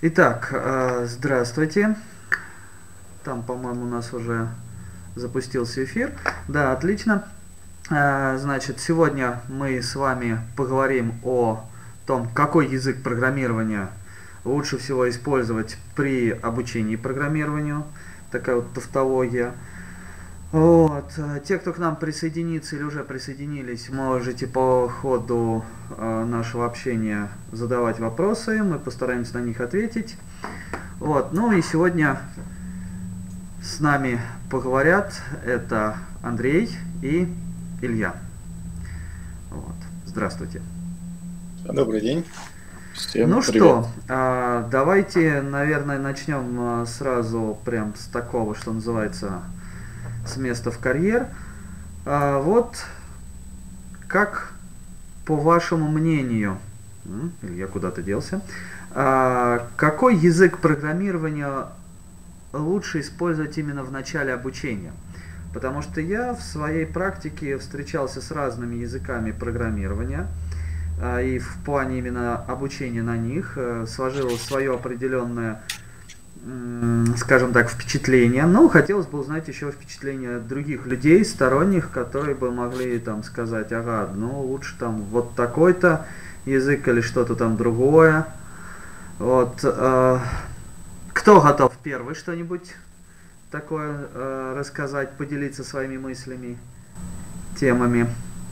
Итак, здравствуйте. Там, по-моему, у нас уже запустился эфир. Да, отлично. Значит, сегодня мы с вами поговорим о том, какой язык программирования лучше всего использовать при обучении программированию. Такая вот тавтология. Вот. Те, кто к нам присоединится или уже присоединились, можете по ходу нашего общения задавать вопросы, мы постараемся на них ответить. Вот. Ну и сегодня с нами поговорят это Андрей и Илья. Вот. Здравствуйте. Добрый день. Всем ну привет. Что, давайте, наверное, начнем сразу прям с такого, что называется, с места в карьер. Вот как, по вашему мнению, Илья куда-то делся, какой язык программирования лучше использовать именно в начале обучения? Потому что я в своей практике встречался с разными языками программирования, и в плане именно обучения на них сложилось свое определенное, скажем так, впечатление. Но хотелось бы узнать еще впечатление других людей, сторонних, которые бы могли там сказать: ага, ну лучше там вот такой-то язык или что-то там другое. Вот. Кто готов первый что-нибудь такое рассказать, поделиться своими мыслями, темами?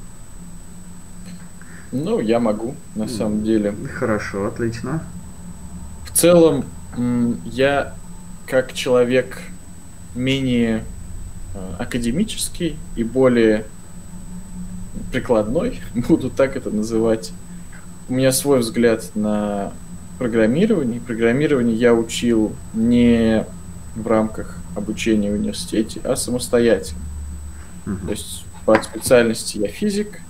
Ну, я могу, на самом деле. Хорошо, отлично. В целом, я как человек менее академический и более прикладной, буду так это называть, у меня свой взгляд на программирование. Программирование я учил не в рамках обучения в университете, а самостоятельно. То есть по специальности я физик,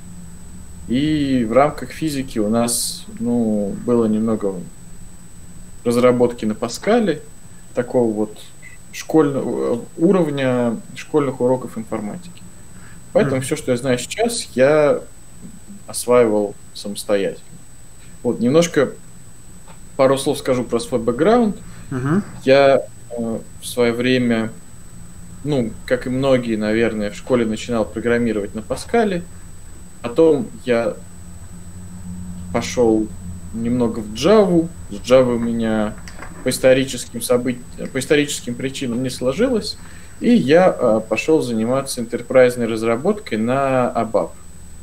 и в рамках физики у нас было немного разработки на Паскале, такого вот школьного уровня школьных уроков информатики. Поэтому все, что я знаю сейчас, я осваивал самостоятельно. Вот, немножко пару слов скажу про свой бэкграунд. Я в свое время, как и многие, наверное, в школе начинал программировать на Паскале. Потом я пошел немного в Java. С Java у меня по историческим причинам не сложилось. И я пошел заниматься энтерпрайзной разработкой на ABAP.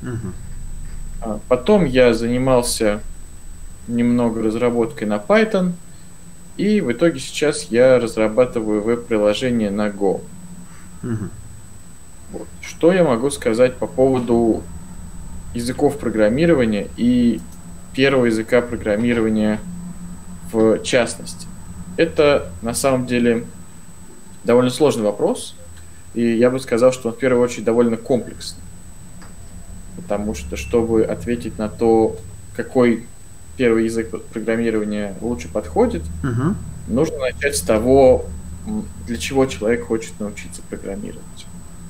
Потом я занимался немного разработкой на Python. И в итоге сейчас я разрабатываю веб-приложение на Go. Вот. Что я могу сказать по поводу языков программирования и первого языка программирования в частности? Это на самом деле довольно сложный вопрос, и я бы сказал, что он в первую очередь довольно комплексный. Потому что, чтобы ответить на то, какой первый язык программирования лучше подходит, нужно начать с того, для чего человек хочет научиться программировать.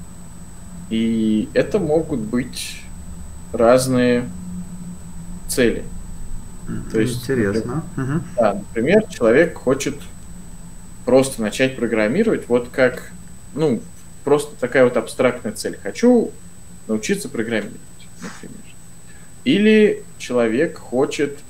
И это могут быть разные цели. То есть, интересно. Например, человек хочет просто начать программировать, вот как, просто такая вот абстрактная цель. Хочу научиться программировать, например. Или человек хочет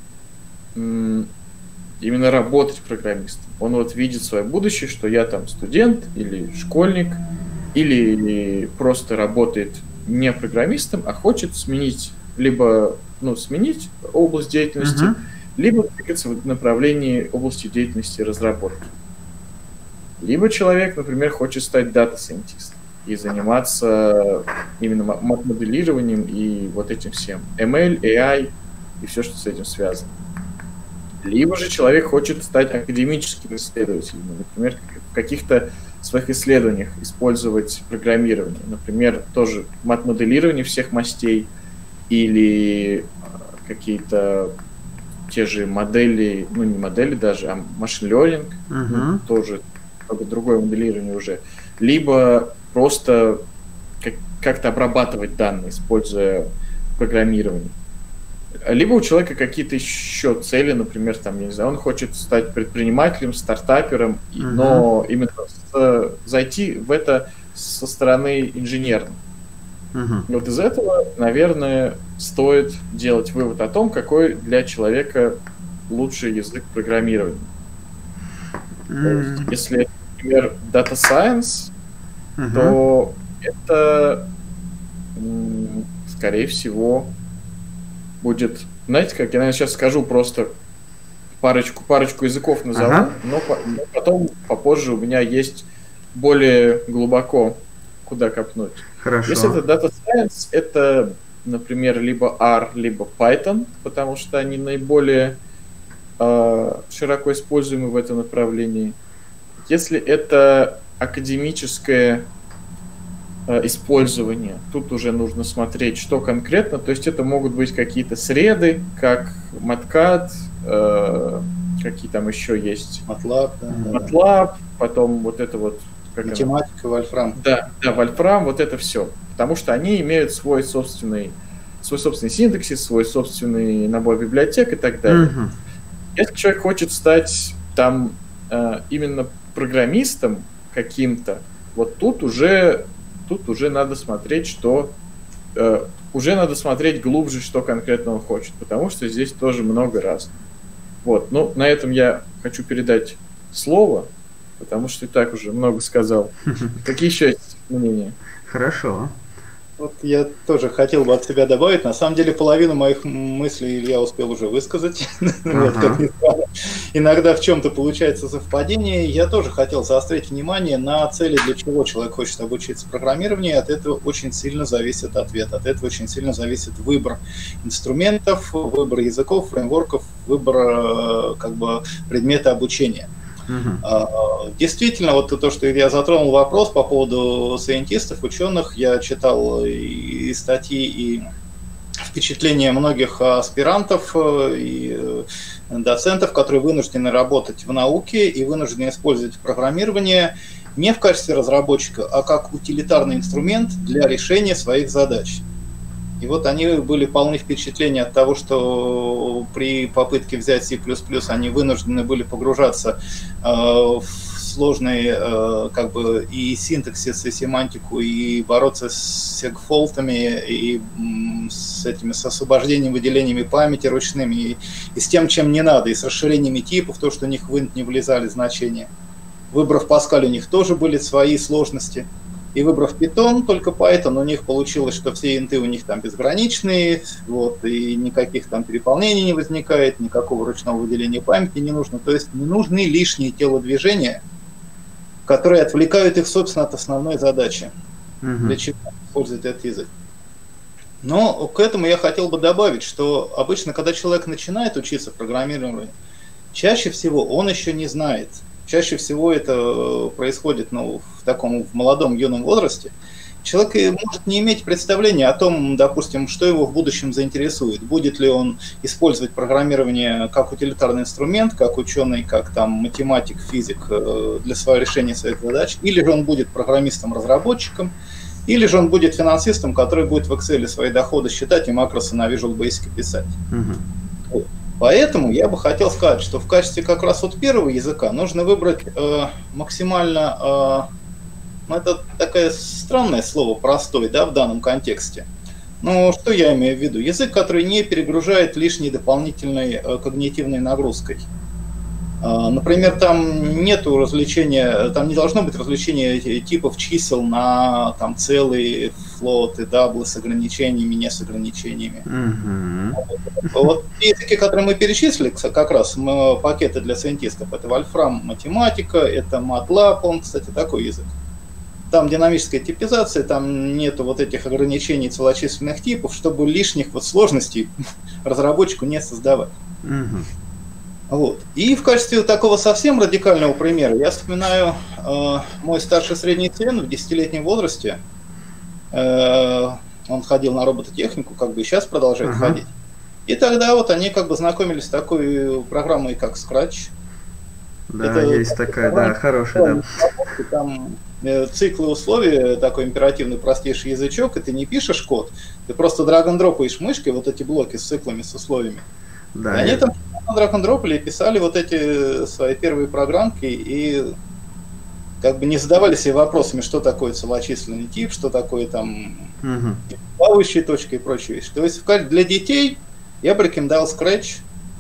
именно работать программистом. Он вот видит свое будущее, что я там студент или школьник, или просто работает не программистом, а хочет сменить, либо сменить область деятельности, либо двигаться в направлении области деятельности разработки. Либо человек, например, хочет стать дата-сайентистом и заниматься именно моделированием и вот этим всем. ML, AI и все, что с этим связано. Либо же человек хочет стать академическим исследователем, например, в каких-то своих исследованиях использовать программирование. Например, тоже мат-моделирование всех мастей или какие-то те же модели, не модели даже, а machine learning, тоже другое моделирование уже. Либо просто как-то обрабатывать данные, используя программирование. Либо у человека какие-то еще цели, например, там, я не знаю, он хочет стать предпринимателем, стартапером, но именно зайти в это со стороны инженерной. Вот из этого, наверное, стоит делать вывод о том, какой для человека лучший язык программирования. Если, например, Data Science, то это, скорее всего, будет... Знаете, как я, наверное, сейчас скажу просто парочку языков назову, но потом, попозже у меня есть более глубоко куда копнуть. Хорошо. Если это Data Science, это, например, либо R, либо Python, потому что они наиболее широко используемы в этом направлении. Если это академическое использование, тут уже нужно смотреть, что конкретно. То есть это могут быть какие-то среды, как MATCAD, какие там еще есть. MATLAB, MATLAB, потом вот это вот... Математика, Wolfram. Да, Wolfram, вот это все. Потому что они имеют свой собственный синтаксис, свой собственный набор библиотек и так далее. Если человек хочет стать там именно программистом каким-то, вот тут уже надо смотреть, уже надо смотреть глубже, что конкретно он хочет, потому что здесь тоже много разных. Вот, ну, на этом я хочу передать слово, потому что и так уже много сказал. Какие еще есть мнения? Хорошо. Вот я тоже хотел бы от себя добавить. На самом деле половину моих мыслей я успел уже высказать. Вот, как ни странно. Иногда в чем-то получается совпадение. Я тоже хотел заострить внимание на цели, для чего человек хочет обучиться программированию. От этого очень сильно зависит ответ. От этого очень сильно зависит выбор инструментов, выбор языков, фреймворков, выбор как бы предмета обучения. Действительно, вот то, что я затронул вопрос по поводу сайентистов, ученых, я читал и статьи, и впечатления многих аспирантов и доцентов, которые вынуждены работать в науке и вынуждены использовать программирование не в качестве разработчика, а как утилитарный инструмент для решения своих задач. И вот они были полны впечатления от того, что при попытке взять C++ они вынуждены были погружаться в сложные как бы и синтаксис, и семантику, и бороться с сегфолтами, и с освобождением, выделениями памяти ручными, и с тем, чем не надо, и с расширениями типов, то, что у них в int не влезали значения. Выбрав Pascal, у них тоже были свои сложности. И выбрав Python, только Python, у них получилось, что все инты у них там безграничные, вот, и никаких там переполнений не возникает, никакого ручного выделения памяти не нужно. То есть не нужны лишние телодвижения, которые отвлекают их, собственно, от основной задачи, для чего использовать этот язык. Но к этому я хотел бы добавить, что обычно, когда человек начинает учиться программированию, чаще всего он еще не знает. Чаще всего это происходит в таком молодом, юном возрасте. Человек может не иметь представления о том, допустим, что его в будущем заинтересует. Будет ли он использовать программирование как утилитарный инструмент, как ученый, как там математик, физик для решения своих задач, или же он будет программистом-разработчиком, или же он будет финансистом, который будет в Excel свои доходы считать и макросы на Visual Basic писать. Вот. Поэтому я бы хотел сказать, что в качестве как раз вот первого языка нужно выбрать максимально, это такое странное слово, простой, да, в данном контексте. Но что я имею в виду? Язык, который не перегружает лишней дополнительной когнитивной нагрузкой. Например, там нету развлечения, там не должно быть развлечения типов чисел на там целые, флоты, даблы с ограничениями, не с ограничениями. Вот те языки, которые мы перечислили, как раз пакеты для сайентистов, это Wolfram математика, это MATLAB, он, кстати, такой язык. Там динамическая типизация, там нету вот этих ограничений целочисленных типов, чтобы лишних вот сложностей разработчику не создавать. Вот. И в качестве такого совсем радикального примера я вспоминаю мой старший средний сын в 10-летнем возрасте. Он ходил на робототехнику, как бы и сейчас продолжает ходить. И тогда вот они как бы знакомились с такой программой, как Scratch. Да, это есть такая, да, хорошая, да. Там циклы условий, такой императивный простейший язычок, и ты не пишешь код, ты просто драг-н-дропаешь мышкой вот эти блоки с циклами, с условиями. Да, и они там драг-н-дропали и писали вот эти свои первые программки, и как бы не задавали себе вопросами, что такое целочисленный тип, что такое там плавающие точки и прочие вещи. То есть для детей я бы рекомендовал Scratch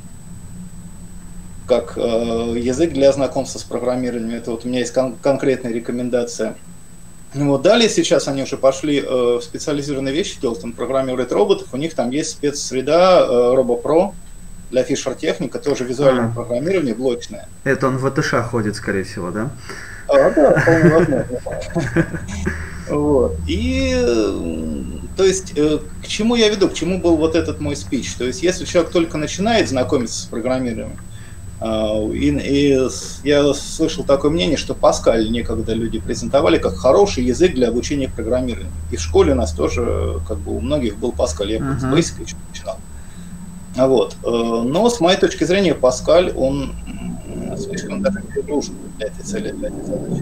как язык для знакомства с программированием. Это вот у меня есть конкретная рекомендация. Вот далее сейчас они уже пошли в специализированные вещи делать, он программирует роботов, у них там есть спецсреда RoboPro для Fisher Technica, тоже визуальное программирование, блочное. Это он в АТШ ходит, скорее всего, да? Да, вполне возможно. Вот. И, то есть, к чему я веду, к чему был вот этот мой спич? То есть, если человек только начинает знакомиться с программированием, и я слышал такое мнение, что Паскаль некогда люди презентовали как хороший язык для обучения программированию. И в школе у нас тоже, как бы у многих был Паскаль, я с Basic еще начинал. Вот. Но с моей точки зрения Паскаль, он слишком даже перегружен для этой цели, для этой задачи.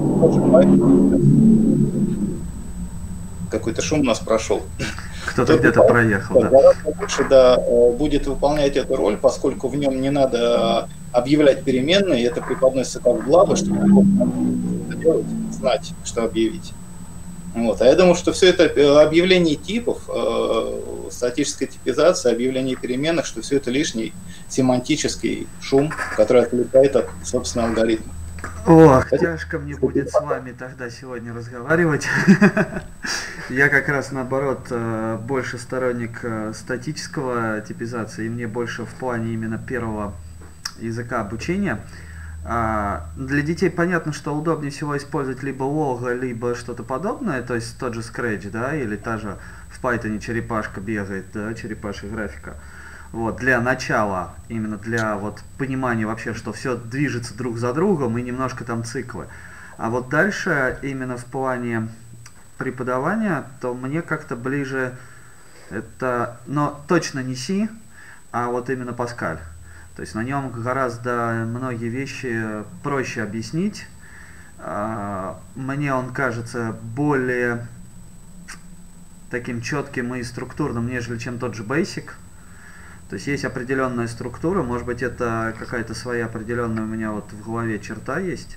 Какой-то шум у нас прошел. Кто-то где-то проехал, да. Гораздо лучше, да, будет выполнять эту роль, поскольку в нем не надо объявлять переменные, это преподносится как благо, чтобы делать, знать, что объявить. Вот. А я думаю, что все это объявление типов, статическая типизация, объявление переменных, что все это лишний семантический шум, который отвлекает от, собственно, алгоритма. Ох, тяжко мне будет с вами тогда сегодня разговаривать. Я как раз наоборот больше сторонник статического типизации, и мне больше в плане именно первого языка обучения. Для детей понятно, что удобнее всего использовать либо Logo, либо что-то подобное, то есть тот же Scratch, да, или та же в Python черепашка бегает, да, черепашья графика. Вот, для начала, именно для вот понимания вообще, что все движется друг за другом и немножко там циклы. А вот дальше, именно в плане преподавания, то мне как-то ближе это, но точно не C, а вот именно Паскаль. То есть на нем гораздо многие вещи проще объяснить. Мне он кажется более таким четким и структурным, нежели чем тот же Basic. То есть есть определенная структура, может быть это какая-то своя определенная у меня вот в голове черта есть.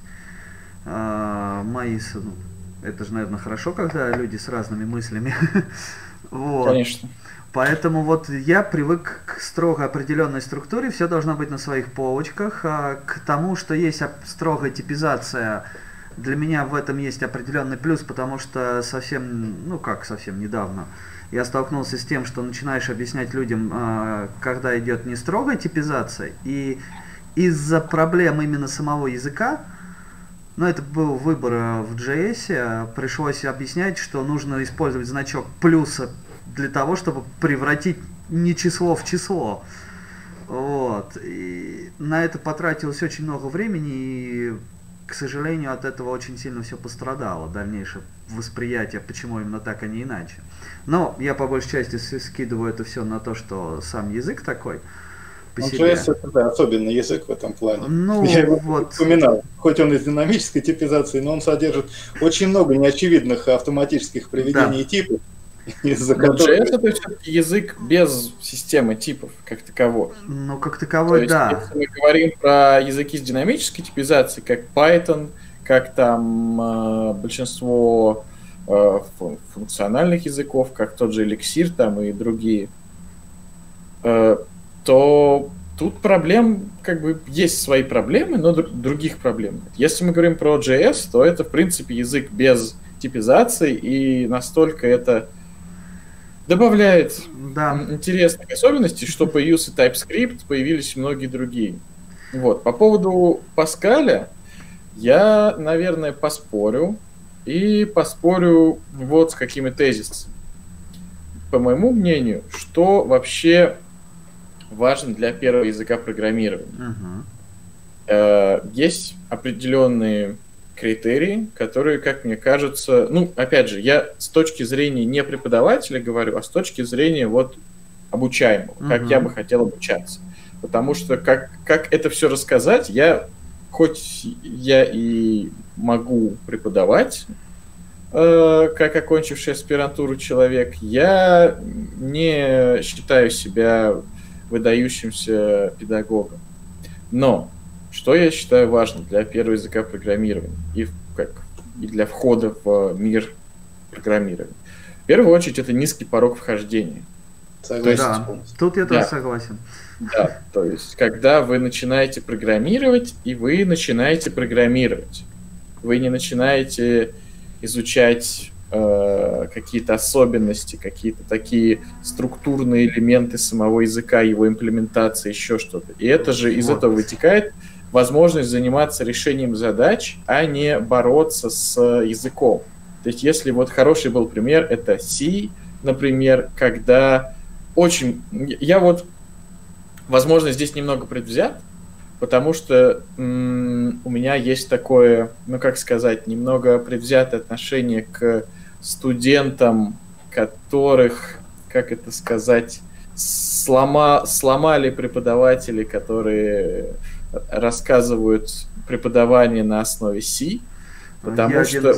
Это же, наверное, хорошо, когда люди с разными мыслями. Вот. Конечно. Поэтому вот я привык к строго определенной структуре, все должно быть на своих полочках. К тому, что есть строгая типизация, для меня в этом есть определенный плюс, потому что совсем недавно я столкнулся с тем, что начинаешь объяснять людям, когда идет не строгая типизация, и из-за проблем именно самого языка, это был выбор в JS, пришлось объяснять, что нужно использовать значок плюса для того, чтобы превратить не число в число. Вот. И на это потратилось очень много времени, и, к сожалению, от этого очень сильно все пострадало, дальнейшее восприятие, почему именно так, а не иначе. Но я по большей части скидываю это все на то, что сам язык такой по себе. JS это, да, особенный язык в этом плане. Я его упоминал. Хоть он из динамической типизации, но он содержит очень много неочевидных автоматических приведений типов. JS это все-таки язык без системы типов, как таковой. Как таковой, да. Если мы говорим про языки с динамической типизацией, как Python, как там большинство функциональных языков, как тот же Elixir там и другие, то тут проблем, есть свои проблемы, но других проблем нет. Если мы говорим про JS, то это, в принципе, язык без типизации, и настолько это добавляет интересных особенностей, что появился TypeScript, появились многие другие. Вот. По поводу Паскаля я, наверное, поспорю вот с какими тезисами. По моему мнению, что вообще важно для первого языка программирования? Есть определенные критерии, которые, как мне кажется, опять же, я с точки зрения не преподавателя говорю, а с точки зрения вот обучаемого, как я бы хотел обучаться. Потому что как это все рассказать, я хоть я и могу преподавать, как окончивший аспирантуру человек, я не считаю себя выдающимся педагогом. Но что я считаю важным для первого языка программирования и для входа в мир программирования? В первую очередь, это низкий порог вхождения. Согласен. Да, тут я тоже согласен. Да, то есть, когда вы начинаете программировать, и вы начинаете программировать, вы не начинаете изучать какие-то особенности, какие-то такие структурные элементы самого языка, его имплементации, еще что-то. И это же из этого вытекает возможность заниматься решением задач, а не бороться с языком. То есть, если вот хороший был пример, это C, например, когда я вот, возможно, здесь немного предвзят, потому что у меня есть такое, немного предвзятое отношение к студентам, которых, сломали преподаватели, которые рассказывают преподавание на основе C, потому что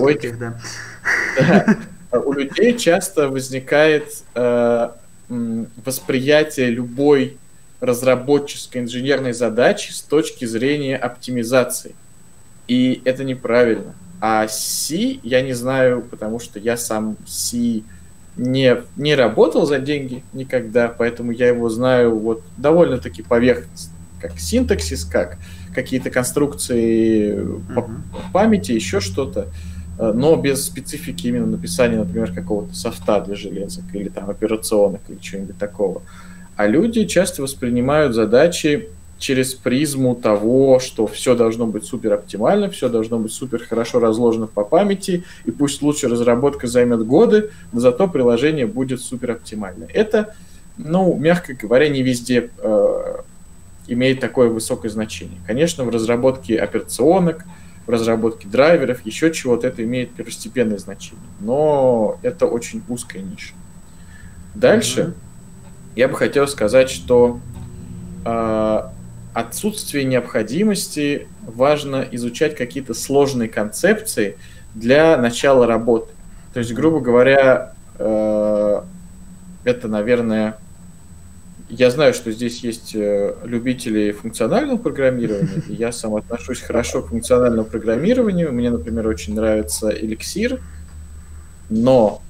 у людей часто возникает восприятие любой разработческой инженерной задачи с точки зрения оптимизации. И это неправильно. А C я не знаю, потому что я сам C не работал за деньги никогда, поэтому я его знаю вот довольно-таки поверхностно. Как синтаксис, как какие-то конструкции по памяти, еще что-то, но без специфики именно написания, например, какого-то софта для железок или там операционок или чего-нибудь такого. А люди часто воспринимают задачи через призму того, что все должно быть супер оптимально, все должно быть супер хорошо разложено по памяти, и пусть лучше разработка займет годы, но зато приложение будет супер оптимально. Это, мягко говоря, не везде имеет такое высокое значение. Конечно, в разработке операционок, в разработке драйверов, еще чего-то это имеет первостепенное значение, но это очень узкая ниша. Дальше я бы хотел сказать, что отсутствие необходимости важно изучать какие-то сложные концепции для начала работы. То есть, грубо говоря, это, наверное, я знаю, что здесь есть любители функционального программирования, и я сам отношусь хорошо к функциональному программированию. Мне, например, очень нравится Elixir, но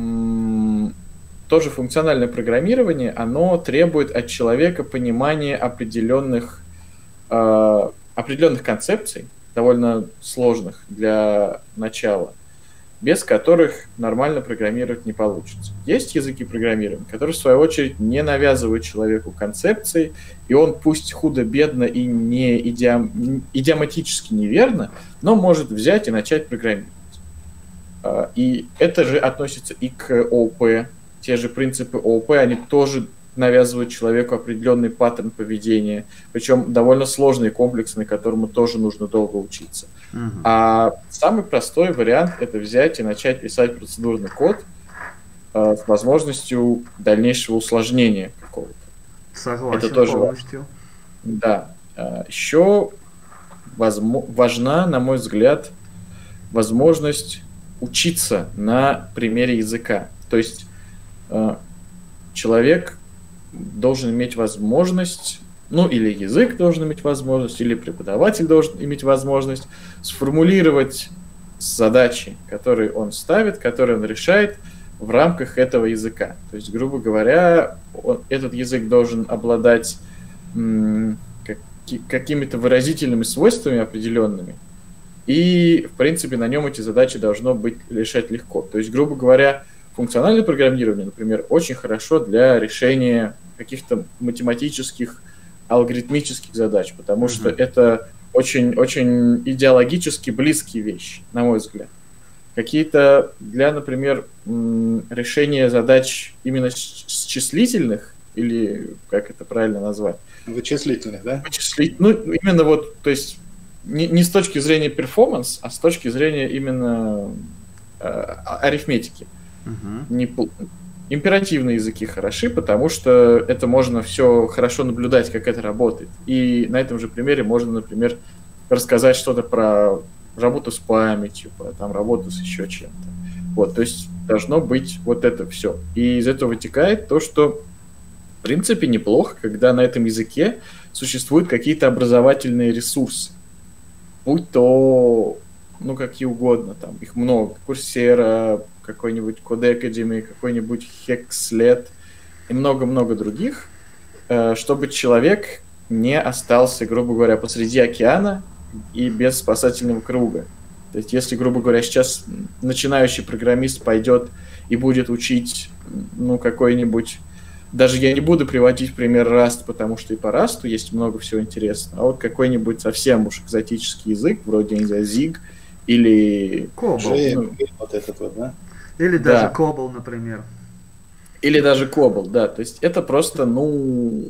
тоже функциональное программирование, оно требует от человека понимания определенных концепций, довольно сложных для начала, без которых нормально программировать не получится. Есть языки программирования, которые, в свою очередь, не навязывают человеку концепции, и он пусть худо-бедно и не идиоматически неверно, но может взять и начать программировать. И это же относится и к ООП. Те же принципы ООП, они тоже навязывают человеку определенный паттерн поведения, причем довольно сложный и комплексный, которому тоже нужно долго учиться. А самый простой вариант — это взять и начать писать процедурный код с возможностью дальнейшего усложнения какого-то. Согласен, это тоже полностью. Да. Еще важна, на мой взгляд, возможность учиться на примере языка. То есть человек должен иметь возможность, или язык должен иметь возможность, или преподаватель должен иметь возможность сформулировать задачи, которые он ставит, которые он решает в рамках этого языка. То есть, грубо говоря, этот язык должен обладать какими-то выразительными свойствами определенными, и, в принципе, на нем эти задачи должно быть решать легко. То есть, грубо говоря, функциональное программирование, например, очень хорошо для решения каких-то математических, алгоритмических задач, потому что это очень идеологически близкие вещи, на мой взгляд. Какие-то для, например, решения задач именно числительных, или как это правильно назвать? Вычислительных, да? Именно вот, то есть не с точки зрения перформанс, а с точки зрения именно арифметики. Императивные языки хороши, потому что это можно все хорошо наблюдать, как это работает. И на этом же примере можно, например, рассказать что-то про работу с памятью, про там, работу с еще чем-то. Вот, то есть должно быть вот это все. И из этого вытекает то, что в принципе неплохо, когда на этом языке существуют какие-то образовательные ресурсы. Будь то, ну, какие угодно, там, их много. Coursera, какой-нибудь Code Academy, какой-нибудь Hexlet и много-много других, чтобы человек не остался, грубо говоря, посреди океана и без спасательного круга. То есть, если, грубо говоря, сейчас начинающий программист пойдет и будет учить, ну, какой-нибудь... Даже я не буду приводить в пример Rust, потому что и по Rust есть много всего интересного, а вот какой-нибудь совсем уж экзотический язык, вроде, не знаю, Zig или... Cobol. Ну, вот этот вот, да? Или даже Cobol, например. Или даже Cobol, да. То есть это просто, ну,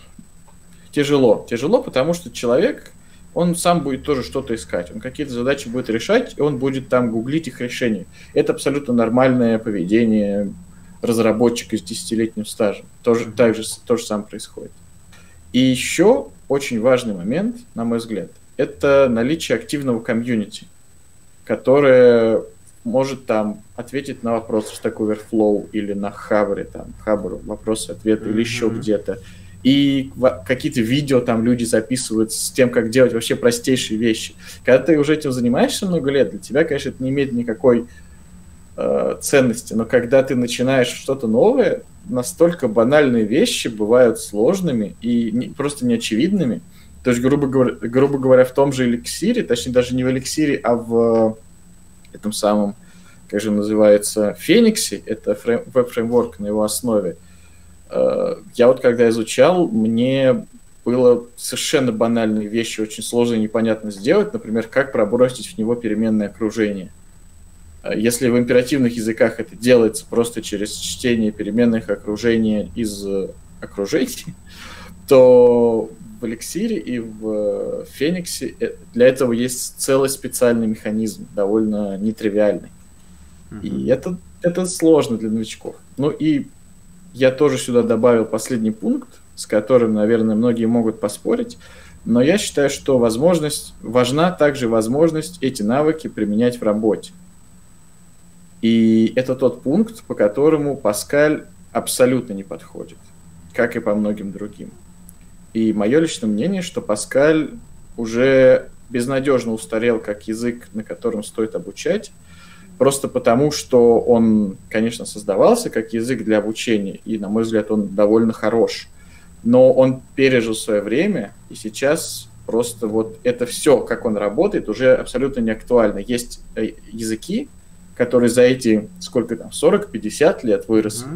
тяжело. Тяжело, потому что человек, он сам будет тоже что-то искать. Он какие-то задачи будет решать, и он будет там гуглить их решения. Это абсолютно нормальное поведение разработчика с 10-летним стажем. То же самое происходит. И еще очень важный момент, на мой взгляд, это наличие активного комьюнити, которое может там ответить на вопросы в Stack Overflow или на Хабре, там, Хабру, вопросы-ответы или еще где-то. И какие-то видео там люди записывают с тем, как делать вообще простейшие вещи. Когда ты уже этим занимаешься много лет, для тебя, конечно, это не имеет никакой ценности, но когда ты начинаешь что-то новое, настолько банальные вещи бывают сложными и просто неочевидными. То есть, грубо говоря, в том же эликсире, точнее даже не в эликсире, а в этом самом, как же называется, Фениксе, это веб-фреймворк на его основе. Я вот когда изучал, мне было совершенно банальные вещи, очень сложно и непонятно сделать, например, как пробросить в него переменное окружение. Если в императивных языках это делается просто через чтение переменных окружений из окружений, то в эликсире и в Фениксе для этого есть целый специальный механизм, довольно нетривиальный. И это сложно для новичков. Ну и я тоже сюда добавил последний пункт, с которым, наверное, многие могут поспорить, но я считаю, что важна также возможность эти навыки применять в работе. И это тот пункт, по которому Паскаль абсолютно не подходит, как и по многим другим. И мое личное мнение, что Паскаль уже безнадежно устарел как язык, на котором стоит обучать, просто потому, что он, конечно, создавался как язык для обучения, и, на мой взгляд, он довольно хорош. Но он пережил свое время, и сейчас просто вот это все, как он работает, уже абсолютно не актуально. Есть языки, которые за эти, сколько там, 40-50 лет выросли,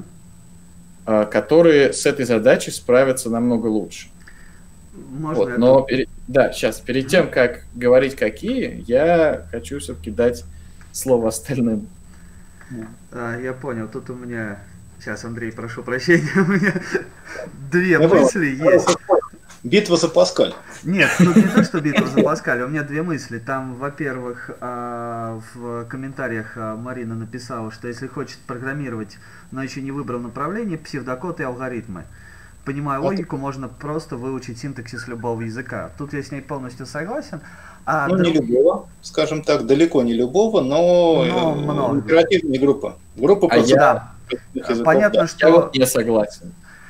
которые с этой задачей справятся намного лучше. Вот, но сейчас, перед тем, как говорить какие, я хочу все-таки дать слово остальным. Я понял, тут у меня... Сейчас, Андрей, прошу прощения, у меня две мысли есть. Битва за Паскаль. Нет, тут не то, что битва за Паскаль, у меня две мысли. Там, во-первых, в комментариях Марина написала, что если хочет программировать, но еще не выбрал направление, псевдокод и алгоритмы. Понимая логику, можно просто выучить синтаксис любого языка. Тут я с ней полностью согласен. Не любого, скажем так, далеко не любого, но императивная группа. Группа понятно, что... Я вот не согласен.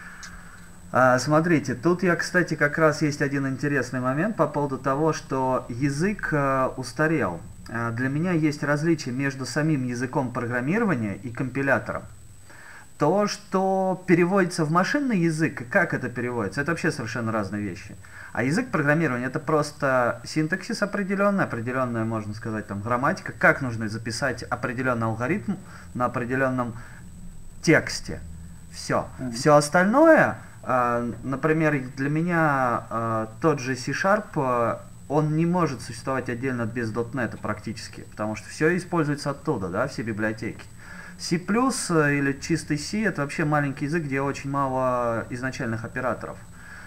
Смотрите, тут кстати, как раз есть один интересный момент по поводу того, что язык устарел. Для меня есть различие между самим языком программирования и компилятором. То, что переводится в машинный язык, как это переводится, это вообще совершенно разные вещи. А язык программирования — это просто синтаксис определенная, можно сказать, там, грамматика, как нужно записать определенный алгоритм на определенном тексте. Все. Все остальное, например, для меня тот же C#, он не может существовать отдельно без .NET практически, потому что все используется оттуда, да, все библиотеки. C++ или чистый C — это вообще маленький язык, где очень мало изначальных операторов.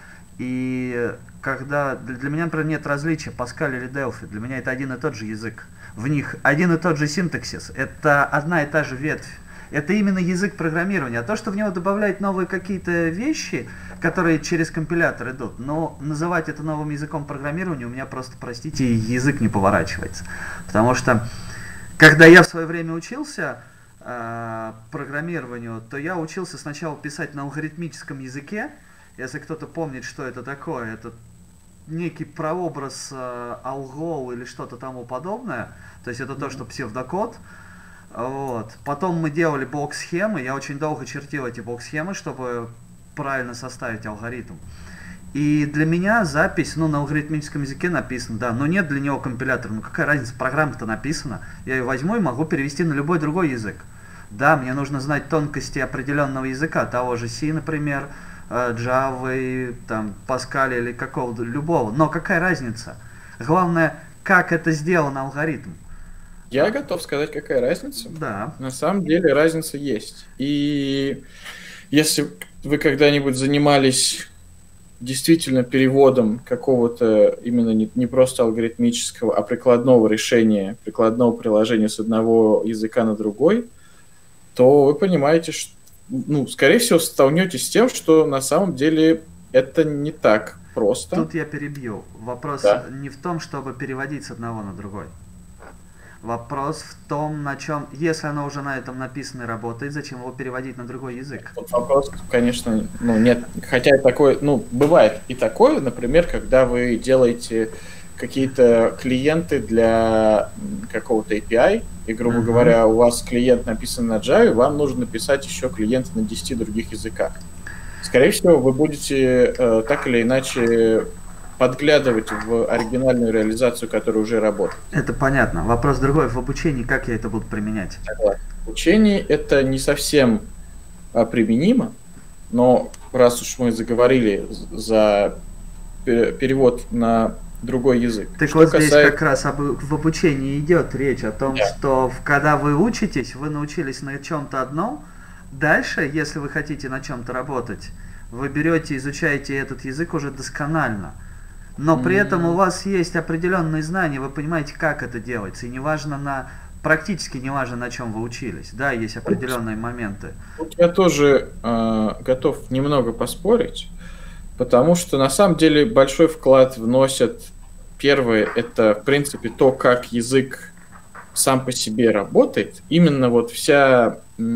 И когда для меня, например, нет различия Паскаль или Delphi, для меня это один и тот же язык. В них один и тот же синтаксис, это одна и та же ветвь. Это именно язык программирования. А то, что в него добавляют новые какие-то вещи, которые через компилятор идут, но называть это новым языком программирования у меня просто, простите, язык не поворачивается. Потому что, когда я в свое время учился программированию, то я учился сначала писать на алгоритмическом языке. Если кто-то помнит, что это такое, это некий прообраз Algo или что-то тому подобное. То есть это то, что псевдокод. Вот. Потом мы делали блок-схемы. Я очень долго чертил эти блок-схемы, чтобы правильно составить алгоритм. И для меня запись, на алгоритмическом языке написано, да, но нет для него компилятора. Ну какая разница, программа-то написана. Я ее возьму и могу перевести на любой другой язык. Да, мне нужно знать тонкости определенного языка, того же C, например, Java, там, Pascal или какого-то, любого. Но какая разница? Главное, как это сделан алгоритм. Я готов сказать, какая разница. Да. На самом деле разница есть. И если вы когда-нибудь занимались действительно переводом какого-то именно не просто алгоритмического, а прикладного решения, прикладного приложения с одного языка на другой, то вы понимаете, что, скорее всего, столкнетесь с тем, что на самом деле это не так просто. Тут я перебью. Вопрос не в том, чтобы переводить с одного на другой. Вопрос в том, на чем, если оно уже на этом написано и работает, зачем его переводить на другой язык? Вот вопрос, конечно, нет. Хотя такое, бывает и такое, например, когда вы делаете какие-то клиенты для какого-то API, и, грубо говоря, у вас клиент написан на Java, вам нужно написать еще клиент на 10 других языках. Скорее всего, вы будете так или иначе подглядывать в оригинальную реализацию, которая уже работает. Это понятно. Вопрос другой. В обучении как я это буду применять? В учении это не совсем применимо, но раз уж мы заговорили за перевод на другой язык. Так вот здесь как раз в обучении идет речь о том, что когда вы учитесь, вы научились на чем-то одном, дальше, если вы хотите на чем-то работать, вы берете, изучаете этот язык уже досконально. Но при этом у вас есть определенные знания, вы понимаете, как это делается, и практически неважно, на чем вы учились, да, есть определенные моменты. Я тоже готов немного поспорить, потому что на самом деле большой вклад вносят, первое, это в принципе то, как язык сам по себе работает, именно вот вся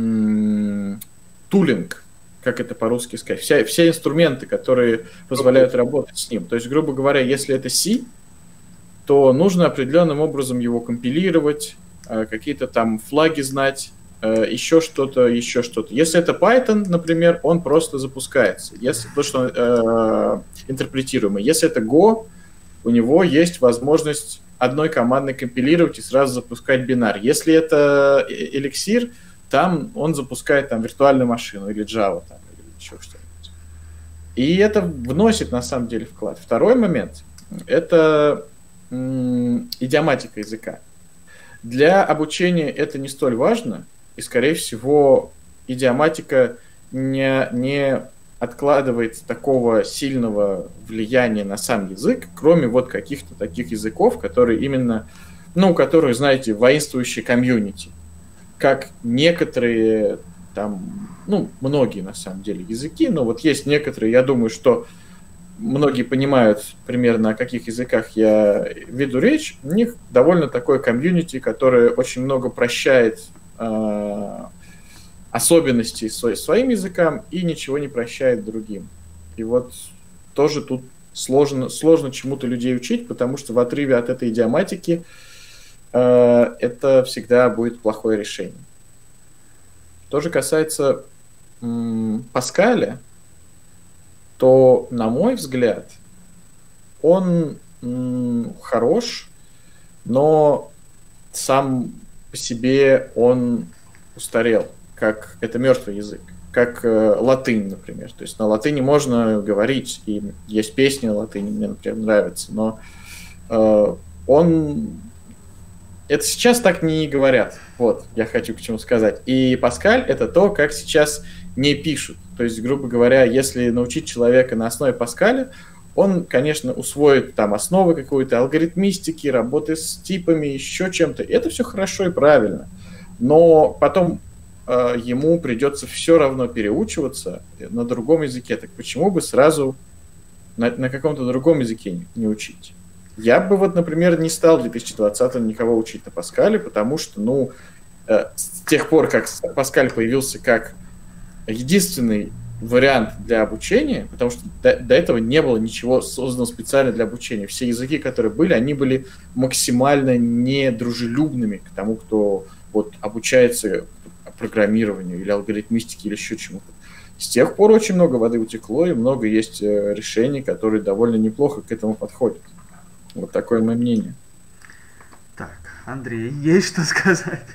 тулинг, как это по-русски сказать, все инструменты, которые позволяют работать с ним. То есть, грубо говоря, если это C, то нужно определенным образом его компилировать, какие-то там флаги знать, еще что-то. Если это Python, например, он просто запускается, потому что он интерпретируемый. Если это Go, у него есть возможность одной командой компилировать и сразу запускать бинар. Если это Elixir, там он запускает виртуальную машину или Java или еще что-нибудь. И это вносит на самом деле вклад. Второй момент – это идиоматика языка. Для обучения это не столь важно, и, скорее всего, идиоматика не откладывает такого сильного влияния на сам язык, кроме вот каких-то таких языков, которые именно, которые, знаете, воинствующие комьюнити. Как некоторые, многие на самом деле языки, но вот есть некоторые, я думаю, что многие понимают примерно, о каких языках я веду речь, у них довольно такое комьюнити, которое очень много прощает особенностей своим языкам и ничего не прощает другим. И вот тоже тут сложно чему-то людей учить, потому что в отрыве от этой идиоматики это всегда будет плохое решение. Что же касается Паскаля, то, на мой взгляд, он хорош, но сам по себе он устарел, как это мертвый язык, как латынь, например. То есть на латыни можно говорить, и есть песни на латыни, мне, например, нравятся, но это сейчас так не говорят. Вот, я хочу к чему сказать. И Паскаль — это то, как сейчас не пишут. То есть, грубо говоря, если научить человека на основе Паскаля, он, конечно, усвоит основы какой-то алгоритмистики, работы с типами, еще чем-то. И это все хорошо и правильно. Но потом ему придется все равно переучиваться на другом языке. Так почему бы сразу на каком-то другом языке не учить? Я бы вот, например, не стал в 2020-м никого учить на Паскале, потому что, с тех пор, как Паскаль появился как единственный вариант для обучения, потому что до этого не было ничего созданного специально для обучения. Все языки, которые были, они были максимально недружелюбными к тому, кто вот обучается программированию или алгоритмистике или еще чему-то. С тех пор очень много воды утекло, и много есть решений, которые довольно неплохо к этому подходят. Вот такое мое мнение. Так, Андрей, есть что сказать?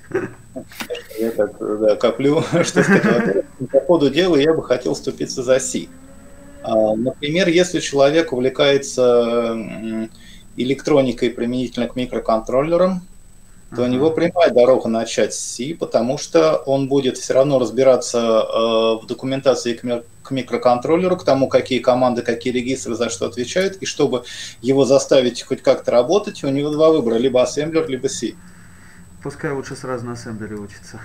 Я так, коплю, что сказать. По ходу дела я бы хотел вступиться за C. Например, если человек увлекается электроникой применительно к микроконтроллерам, то у него прямая дорога начать с C, потому что он будет все равно разбираться в документации к микроконтроллеру, к тому, какие команды, какие регистры за что отвечают, и чтобы его заставить хоть как-то работать, у него два выбора, либо ассемблер, либо C. Пускай лучше сразу на ассемблере учится.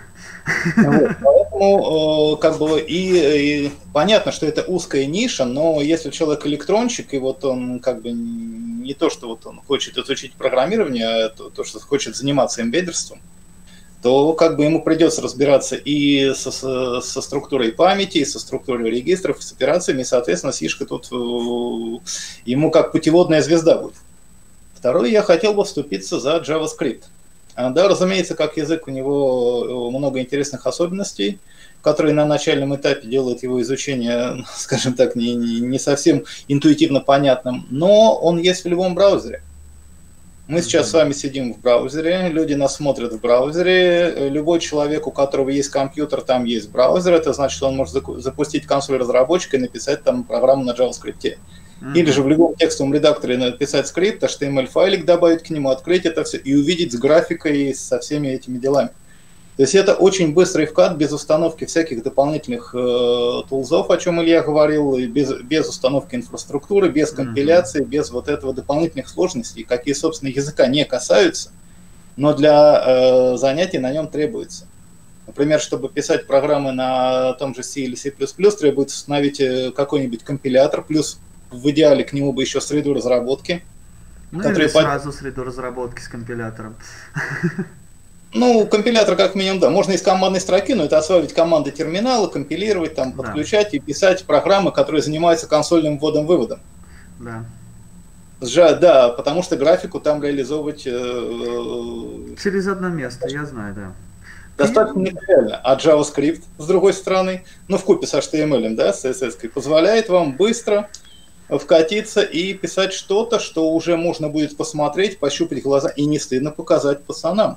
Поэтому, и понятно, что это узкая ниша, но если человек электронщик, и вот он не то, что вот он хочет изучить программирование, а то, что хочет заниматься эмбеддерством, то ему придется разбираться и со структурой памяти, и со структурой регистров, и с операциями, и, соответственно, сишка тут ему как путеводная звезда будет. Второе, я хотел бы вступиться за JavaScript. Да, разумеется, как язык у него много интересных особенностей, которые на начальном этапе делают его изучение, скажем так, не совсем интуитивно понятным, но он есть в любом браузере. Мы сейчас с вами сидим в браузере, люди нас смотрят в браузере, любой человек, у которого есть компьютер, там есть браузер, это значит, что он может запустить консоль разработчика и написать там программу на JavaScript. Или же в любом текстовом редакторе написать скрипт, HTML-файлик добавить к нему, открыть это все и увидеть с графикой, со всеми этими делами. То есть это очень быстрый вкат, без установки всяких дополнительных тулзов, о чем Илья говорил, и без установки инфраструктуры, без компиляции, без вот этого дополнительных сложностей, какие, собственно, языка не касаются, но для занятий на нем требуется. Например, чтобы писать программы на том же C или C++, требуется установить какой-нибудь компилятор, плюс в идеале к нему бы еще среду разработки. Или сразу среду разработки с компилятором. Компилятор как минимум, да. Можно из командной строки, но это осваивать команды терминала, компилировать, подключать и писать программы, которые занимаются консольным вводом-выводом. Да. Да, потому что графику там реализовывать... Через одно место, я знаю, да. Достаточно нетривиально. А JavaScript, с другой стороны, вкупе с HTML, да, с CSS, позволяет вам быстро вкатиться и писать что-то, что уже можно будет посмотреть, пощупать глаза, и не стыдно показать пацанам.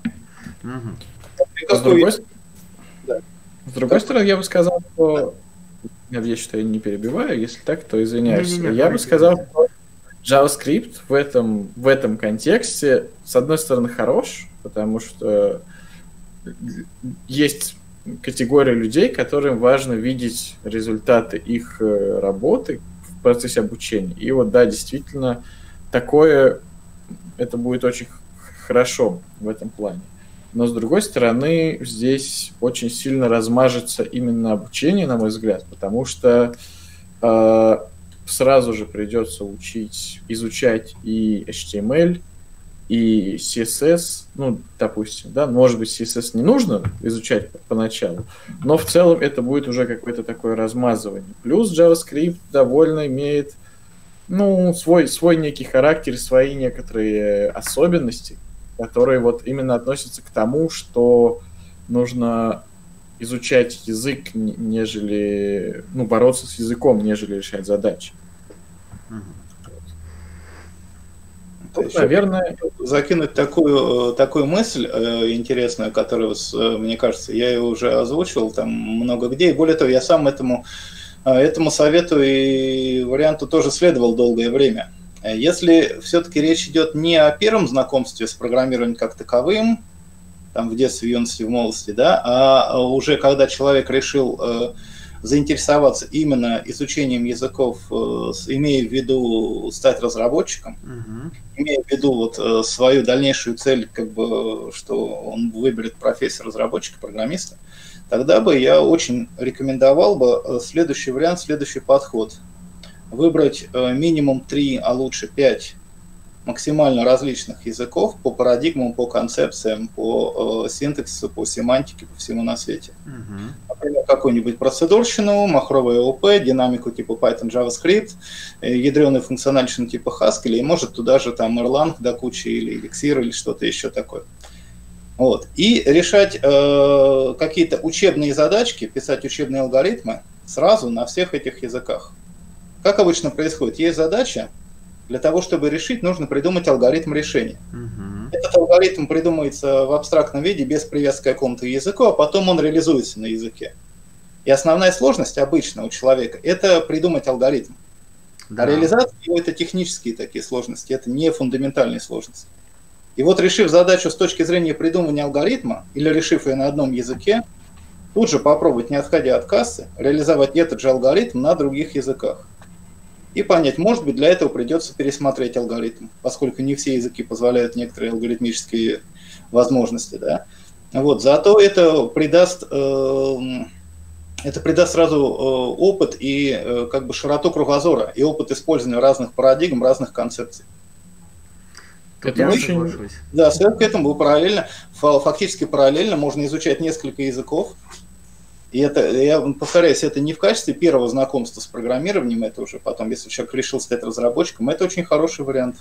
С другой стороны, я бы сказал, что... Надеюсь, что я не перебиваю, если так, то извиняюсь. Я бы сказал, что JavaScript в этом контексте, с одной стороны, хорош, потому что есть категория людей, которым важно видеть результаты их работы в процессе обучения. И вот, да, действительно, это будет очень хорошо в этом плане. Но, с другой стороны, здесь очень сильно размажется именно обучение, на мой взгляд, потому что сразу же придется изучать и HTML, и CSS, допустим, да, может быть, CSS не нужно изучать поначалу, но в целом это будет уже какое-то такое размазывание. Плюс JavaScript довольно имеет, свой некий характер, свои некоторые особенности, которые вот именно относятся к тому, что нужно изучать язык, нежели, бороться с языком, нежели решать задачи. Наверное, закинуть такую мысль интересную, которую, мне кажется, я ее уже озвучивал там много где, и более того, я сам этому совету и варианту тоже следовал долгое время. Если все-таки речь идет не о первом знакомстве с программированием как таковым, там в детстве, в юности, в молодости, да, а уже когда человек решил заинтересоваться именно изучением языков, имея в виду стать разработчиком, имея в виду свою дальнейшую цель, что он выберет профессию разработчика, программиста, тогда бы я очень рекомендовал бы следующий вариант, следующий подход. Выбрать минимум 3, а лучше 5 максимально различных языков по парадигмам, по концепциям, по синтаксису, по семантике, по всему на свете. Например, какую-нибудь процедурщину, махровое ОП, динамику типа Python, JavaScript, ядреную функциональщину типа Haskell, и может туда же там Erlang до кучи или Elixir или что-то еще такое. Вот. И решать какие-то учебные задачки, писать учебные алгоритмы сразу на всех этих языках. Как обычно происходит? Есть задача, для того, чтобы решить, нужно придумать алгоритм решения. Этот алгоритм придумывается в абстрактном виде, без привязки к какому-то языку, а потом он реализуется на языке. И основная сложность обычно у человека – это придумать алгоритм. Да. А реализация его – это технические такие сложности, это не фундаментальные сложности. И вот решив задачу с точки зрения придумывания алгоритма, или решив ее на одном языке, тут же попробовать, не отходя от кассы, реализовать этот же алгоритм на других языках. И понять, может быть, для этого придется пересмотреть алгоритм, поскольку не все языки позволяют некоторые алгоритмические возможности. Да? Вот, зато это придаст сразу опыт и как бы широту кругозора, и опыт использования разных парадигм, разных концепций. Это очень... Да, к этому параллельно, фактически параллельно можно изучать несколько языков. И это, я повторяюсь, это не в качестве первого знакомства с программированием, это уже потом, если человек решил стать разработчиком, это очень хороший вариант.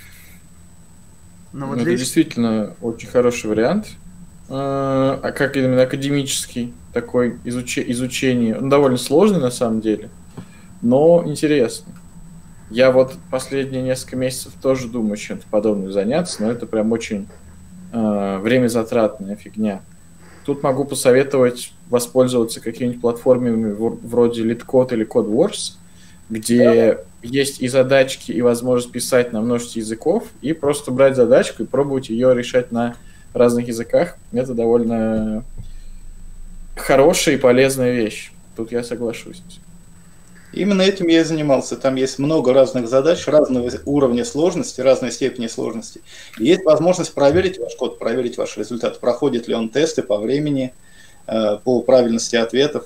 Вот это действительно очень хороший вариант. А как именно академический такой изучение, он довольно сложный на самом деле, но интересный. Я вот последние несколько месяцев тоже думаю чем-то подобным заняться, но это прям очень времязатратная фигня. Тут могу посоветовать воспользоваться какими-нибудь платформами вроде LeetCode или CodeWars, где есть и задачки, и возможность писать на множестве языков, и просто брать задачку и пробовать ее решать на разных языках. Это довольно хорошая и полезная вещь. Тут я соглашусь. Именно этим я и занимался. Там есть много разных задач, разного уровня сложности, разной степени сложности. И есть возможность проверить ваш код, проверить ваш результат. Проходит ли он тесты по времени, по правильности ответов.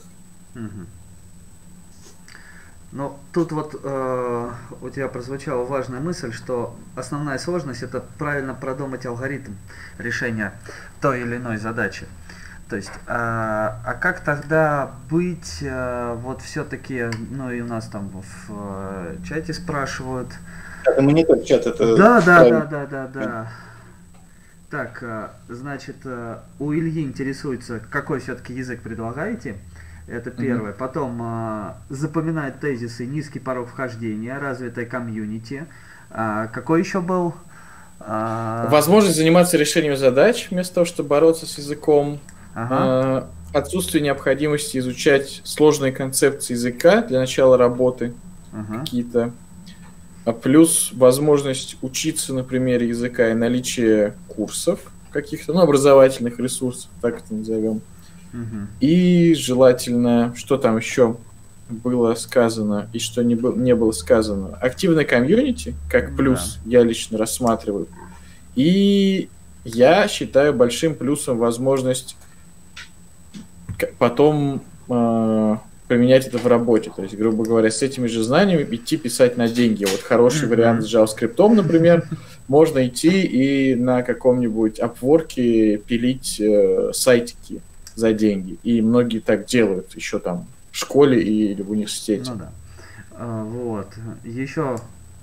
Ну, тут вот у тебя прозвучала важная мысль, что основная сложность – это правильно продумать алгоритм решения той или иной задачи. То есть, а как тогда быть, вот все-таки, ну и у нас там в чате спрашивают. Это мы не тот чат, это... Да. Так, значит, у Ильи интересуется, какой все-таки язык предлагаете, это первое. Потом запоминает тезисы, низкий порог вхождения, развитое комьюнити. Какой еще был? Возможность заниматься решением задач, вместо того, чтобы бороться с языком. Отсутствие необходимости изучать сложные концепции языка для начала работы какие-то. Плюс возможность учиться на примере языка и наличие курсов каких-то, ну, образовательных ресурсов, так это назовем. И желательно, что там еще было сказано и что не было сказано. Активное комьюнити, как плюс, я лично рассматриваю. И я считаю большим плюсом возможность потом применять это в работе. То есть, грубо говоря, с этими же знаниями идти писать на деньги. Вот хороший вариант с JavaScript, например, можно идти и на каком-нибудь Upwork'е пилить сайтики за деньги. И многие так делают еще там в школе или в университете. Ну да. Вот. Еще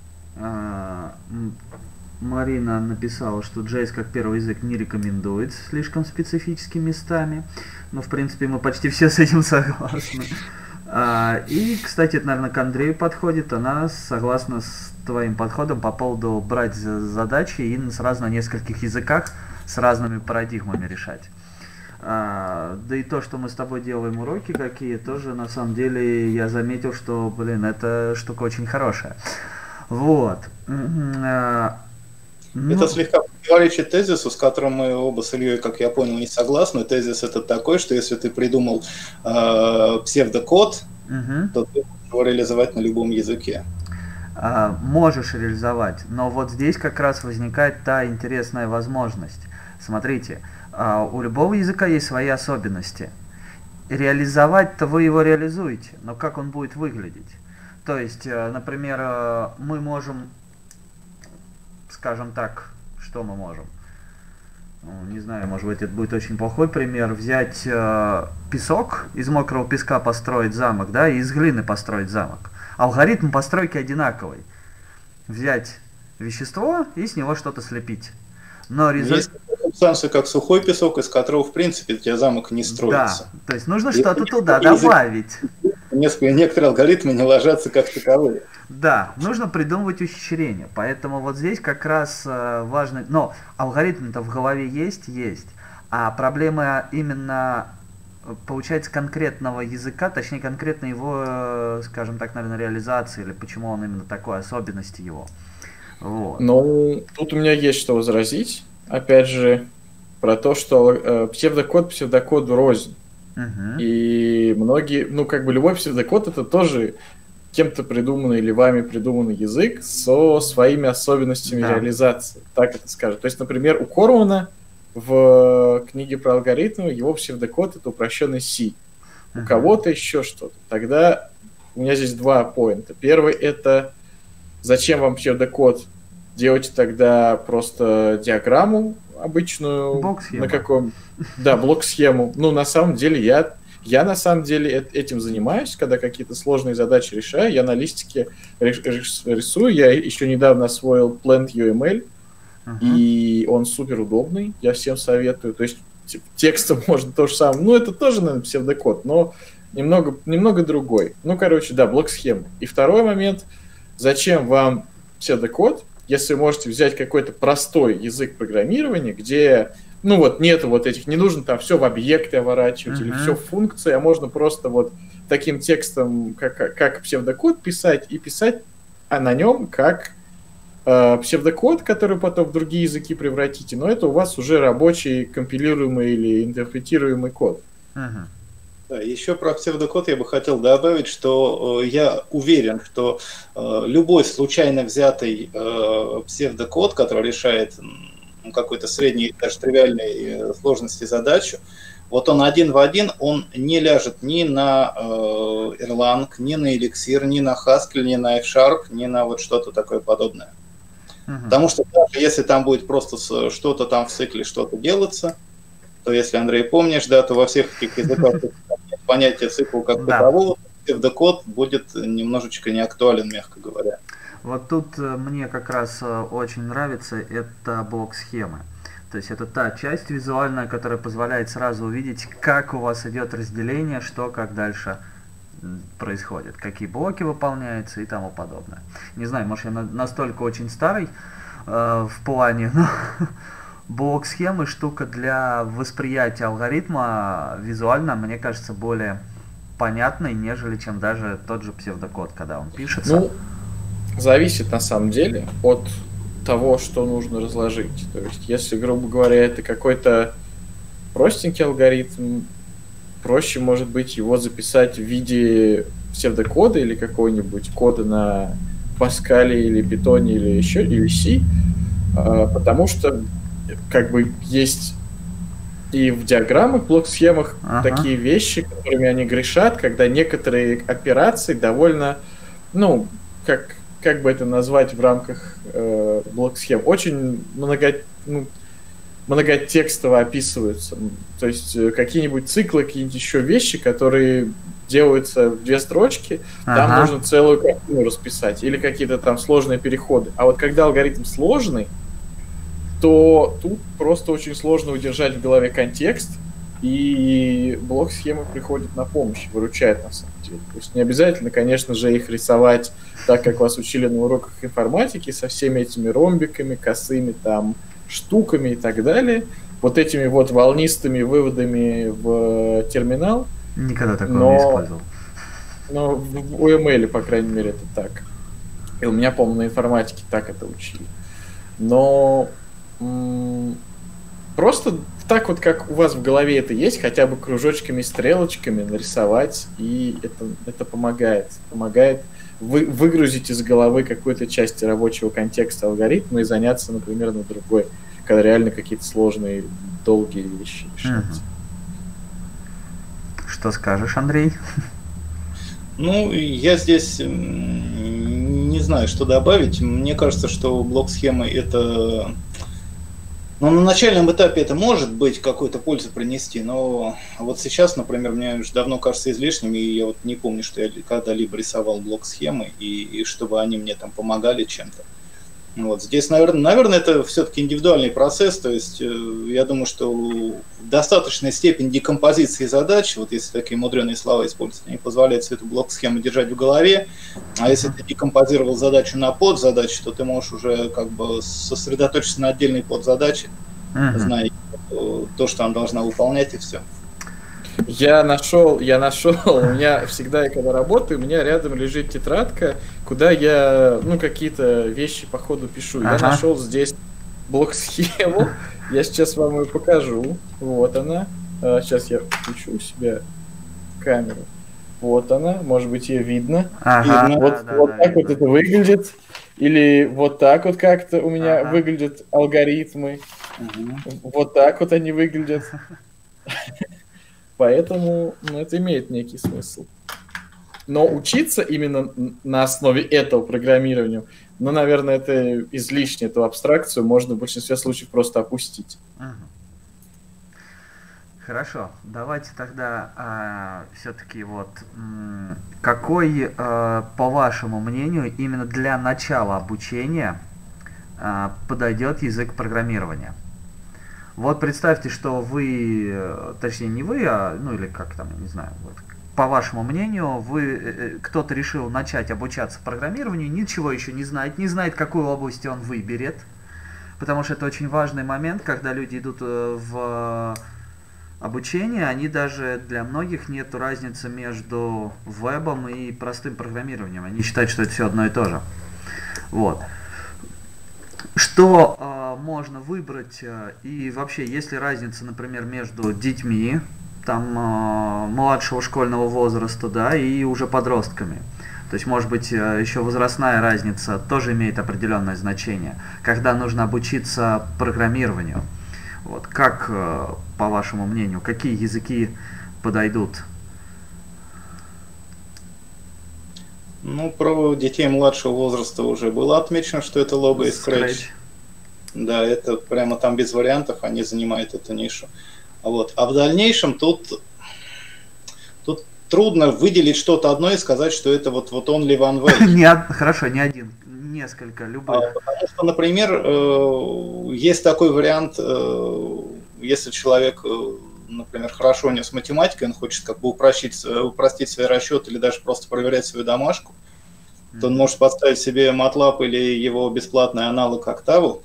Марина написала, что JS как первый язык не рекомендует слишком специфическими местами. Но, в принципе, мы почти все с этим согласны. И, кстати, это, наверное, к Андрею подходит. Она согласна с твоим подходом по поводу брать задачи и сразу на нескольких языках с разными парадигмами решать. Да и то, что мы с тобой делаем уроки какие, тоже, на самом деле, я заметил, что, эта штука очень хорошая. Вот. Это слегка противоречит тезису, с которым мы оба с Ильей, как я понял, не согласны. Тезис это такой, что если ты придумал псевдокод, то ты можешь его реализовать на любом языке. Можешь реализовать, но вот здесь как раз возникает та интересная возможность. Смотрите, у любого языка есть свои особенности. реализовать-то вы его реализуете, но как он будет выглядеть? То есть, например, мы можем, скажем так, что мы можем? Ну, не знаю, может быть, это будет очень плохой пример. Взять песок, из мокрого песка построить замок, да, и из глины построить замок. Алгоритм постройки одинаковый. Взять вещество и с него что-то слепить. Но Есть субстанция, как сухой песок, из которого, в принципе, у тебя замок не строится. Да, то есть нужно что-то туда добавить. Некоторые алгоритмы не ложатся как таковые. Да, нужно придумывать ухищрения. Поэтому вот здесь как раз важно... Но алгоритм-то в голове есть. А проблема именно, получается, конкретного языка, точнее, конкретно его, скажем так, наверное, реализации, или почему он именно такой, особенности его. Вот. Ну, тут у меня есть что возразить. Опять же, про то, что псевдокод рознь. И многие, ну, как бы любой псевдокод это тоже кем-то придуманный или вами придуманный язык со своими особенностями реализации, так это скажем. То есть, например, у Кормана в книге про алгоритмы его псевдокод это упрощенный C. У кого-то еще что-то. Тогда у меня здесь два поинта. Первый это зачем вам псевдокод? Делайте тогда просто диаграмму обычную. Блок-схему. На каком... Да, блок-схему. Ну, на самом деле, я на самом деле этим занимаюсь, когда какие-то сложные задачи решаю. Я на листике рисую. Я еще недавно освоил Plant.uml, и он супер удобный. Я всем советую. То есть текстом можно то же самое. Ну, это тоже, наверное, псевдокод, но немного другой. Ну, короче, да, блок-схема. И второй момент. Зачем вам псевдокод, если вы можете взять какой-то простой язык программирования, где, ну вот, нету вот этих, не нужно там все в объекты оборачивать или все в функции, а можно просто вот таким текстом, как псевдокод писать, и писать на нем как псевдокод, который потом в другие языки превратите, но это у вас уже рабочий компилируемый или интерпретируемый код. Да, еще про псевдокод я бы хотел добавить, что я уверен, что любой случайно взятый псевдокод, который решает какой-то средней, даже тривиальной сложности задачу, вот он один в один, он не ляжет ни на Erlang, ни на Elixir, ни на Haskell, ни на F-Sharp, ни на вот что-то такое подобное. Потому что даже если там будет просто что-то там в цикле, что-то делаться, то если, Андрей, помнишь, да, то во всех этих языках понятие цикла как такового, псевдокод будет немножечко не актуален, мягко говоря. Вот тут мне как раз очень нравится это блок-схемы. То есть это та часть визуальная, которая позволяет сразу увидеть, как у вас идет разделение, что как дальше происходит, какие блоки выполняются и тому подобное. Не знаю, может я настолько очень старый в плане, но блок-схемы штука для восприятия алгоритма визуально, мне кажется, более понятной, нежели чем даже тот же псевдокод, когда он пишется. Ну, зависит на самом деле от того, что нужно разложить. То есть, если, грубо говоря, это какой-то простенький алгоритм, проще, может быть, его записать в виде псевдокода или какого-нибудь кода на Pascal или Python или еще, или C, потому что как бы есть и в диаграммах, блок-схемах такие вещи, которыми они грешат, когда некоторые операции довольно, ну, как бы это назвать в рамках блок-схем, очень многотекстово описываются. То есть какие-нибудь циклы, какие-нибудь еще вещи, которые делаются в 2 строчки, там нужно целую картину расписать, или какие-то там сложные переходы. А вот когда алгоритм сложный, то тут просто очень сложно удержать в голове контекст, и блок-схемы приходят на помощь, выручают на самом деле. То есть не обязательно, конечно же, их рисовать так, как вас учили на уроках информатики, со всеми этими ромбиками, косыми там штуками и так далее, вот этими вот волнистыми выводами в терминал. Никогда такого не использовал. Но в UML, по крайней мере, это так. И у меня, по-моему, на информатике так это учили. Но просто так вот, как у вас в голове это есть, хотя бы кружочками, стрелочками нарисовать, и это помогает. Помогает выгрузить из головы какую-то часть рабочего контекста алгоритма и заняться, например, на другой, когда реально какие-то сложные, долгие вещи решаются. Что скажешь, Андрей? Ну, я здесь не знаю, что добавить. Мне кажется, что блок-схемы это... Ну, на начальном этапе это может быть какую-то пользу принести, но вот сейчас, например, мне уже давно кажется излишним, и я вот не помню, что я когда-либо рисовал блок-схемы, и чтобы они мне там помогали чем-то. Вот здесь, наверное, это все-таки индивидуальный процесс, то есть я думаю, что достаточная степень декомпозиции задач, вот если такие мудреные слова использовать, они позволяют всю эту блок-схему держать в голове, а если ты декомпозировал задачу на подзадачи, то ты можешь уже как бы сосредоточиться на отдельной подзадаче, зная то, что она должна выполнять, и все. Я нашел, у меня всегда, когда работаю, у меня рядом лежит тетрадка, куда я, какие-то вещи по ходу пишу. Я нашел здесь блок-схему, я сейчас вам ее покажу. Вот она. Сейчас я включу у себя камеру. Вот она, может быть, ее видно. Вот так вот это выглядит. Или вот так вот как-то у меня выглядят алгоритмы. Вот так вот они выглядят. Поэтому это имеет некий смысл. Но учиться именно на основе этого программирования, наверное, это излишне, эту абстракцию можно в большинстве случаев просто опустить. Хорошо, давайте тогда все-таки какой, по вашему мнению, именно для начала обучения подойдет язык программирования? Вот представьте, что вы, точнее не вы, или как там, я не знаю, по вашему мнению, кто-то решил начать обучаться программированию, ничего еще не знает, какую область он выберет, потому что это очень важный момент, когда люди идут в обучение, для многих нет разницы между вебом и простым программированием, они считают, что это все одно и то же. Вот. Что можно выбрать, и вообще есть ли разница, например, между детьми там младшего школьного возраста, да, и уже подростками? То есть, может быть, еще возрастная разница тоже имеет определенное значение, когда нужно обучиться программированию. Вот как, по вашему мнению, какие языки подойдут? Про детей младшего возраста уже было отмечено, что это Logo и Scratch. Да, это прямо там без вариантов, они занимают эту нишу. А в дальнейшем тут трудно выделить что-то одно и сказать, что это вот only one way. Хорошо, не один, несколько, любых. Потому что, например, есть такой вариант, если человек, например, хорошо у него с математикой, он хочет как бы упростить свои расчеты или даже просто проверять свою домашку, то он может подставить себе MATLAB или его бесплатный аналог Octave,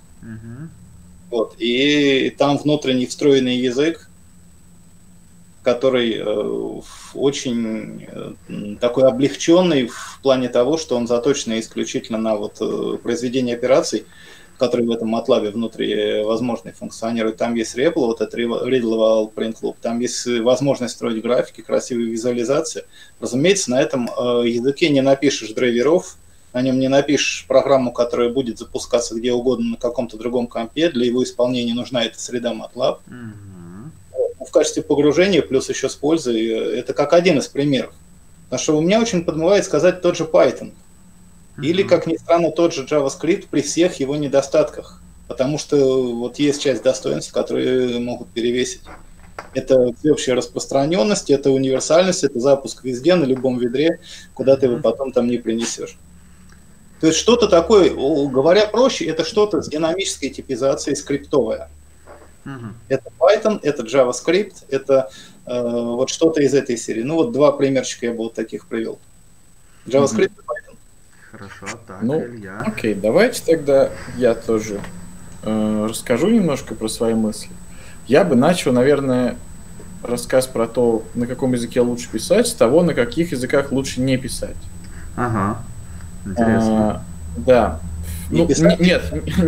и там внутренний встроенный язык, который очень такой облегченный в плане того, что он заточен исключительно на произведение операций, которые в этом MATLAB внутри возможны функционируют. Там есть REPL, это Readable Print Loop, там есть возможность строить графики, красивые визуализации. Разумеется, на этом языке не напишешь драйверов, на нем не напишешь программу, которая будет запускаться где угодно на каком-то другом компе. Для его исполнения нужна эта среда MATLAB. В качестве погружения, плюс еще с пользой, это как один из примеров. Потому что у меня очень подмывает сказать тот же Python. Или, как ни странно, тот же JavaScript при всех его недостатках. Потому что есть часть достоинств, которые могут перевесить. Это всеобщая распространенность, это универсальность, это запуск везде, на любом ведре, куда ты его потом там не принесешь. То есть что-то такое, говоря проще, это что-то с динамической типизацией скриптовое. Это Python, это JavaScript, это что-то из этой серии. Два примерчика я бы таких привел. JavaScript и Python. Хорошо, так, Илья. Окей, давайте тогда я тоже расскажу немножко про свои мысли. Я бы начал, наверное, рассказ про то, на каком языке лучше писать, с того, на каких языках лучше не писать. Ага, интересно. Да. Нет.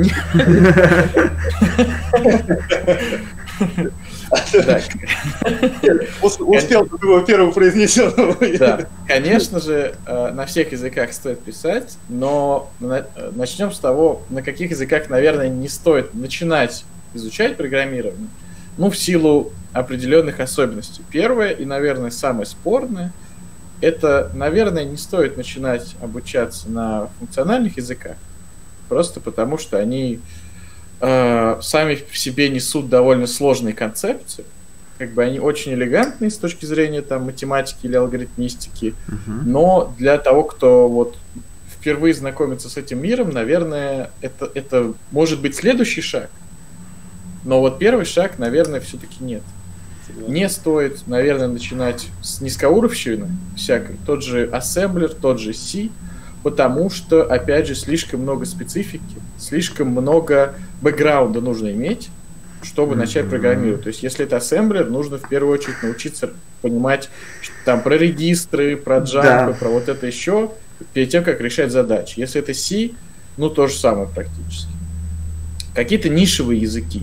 Успел его первого произнесенного. Да, конечно же, на всех языках стоит писать, но начнем с того, на каких языках, наверное, не стоит начинать изучать программирование. В силу определенных особенностей. Первое и, наверное, самое спорное, это, наверное, не стоит начинать обучаться на функциональных языках, просто потому что они сами в себе несут довольно сложные концепции. Как бы они очень элегантные с точки зрения там, математики или алгоритмистики, но для того, кто вот впервые знакомится с этим миром, наверное, это может быть следующий шаг. Но вот первый шаг, наверное, все-таки нет. Не стоит, наверное, начинать с низкоуровневщины всякой. Тот же ассемблер, тот же C, потому что, опять же, слишком много специфики, слишком много бэкграунда нужно иметь, чтобы начать программировать. То есть, если это ассемблер, нужно в первую очередь научиться понимать там про регистры, про джампы, про вот это еще, перед тем, как решать задачи. Если это C, ну, то же самое практически. Какие-то нишевые языки.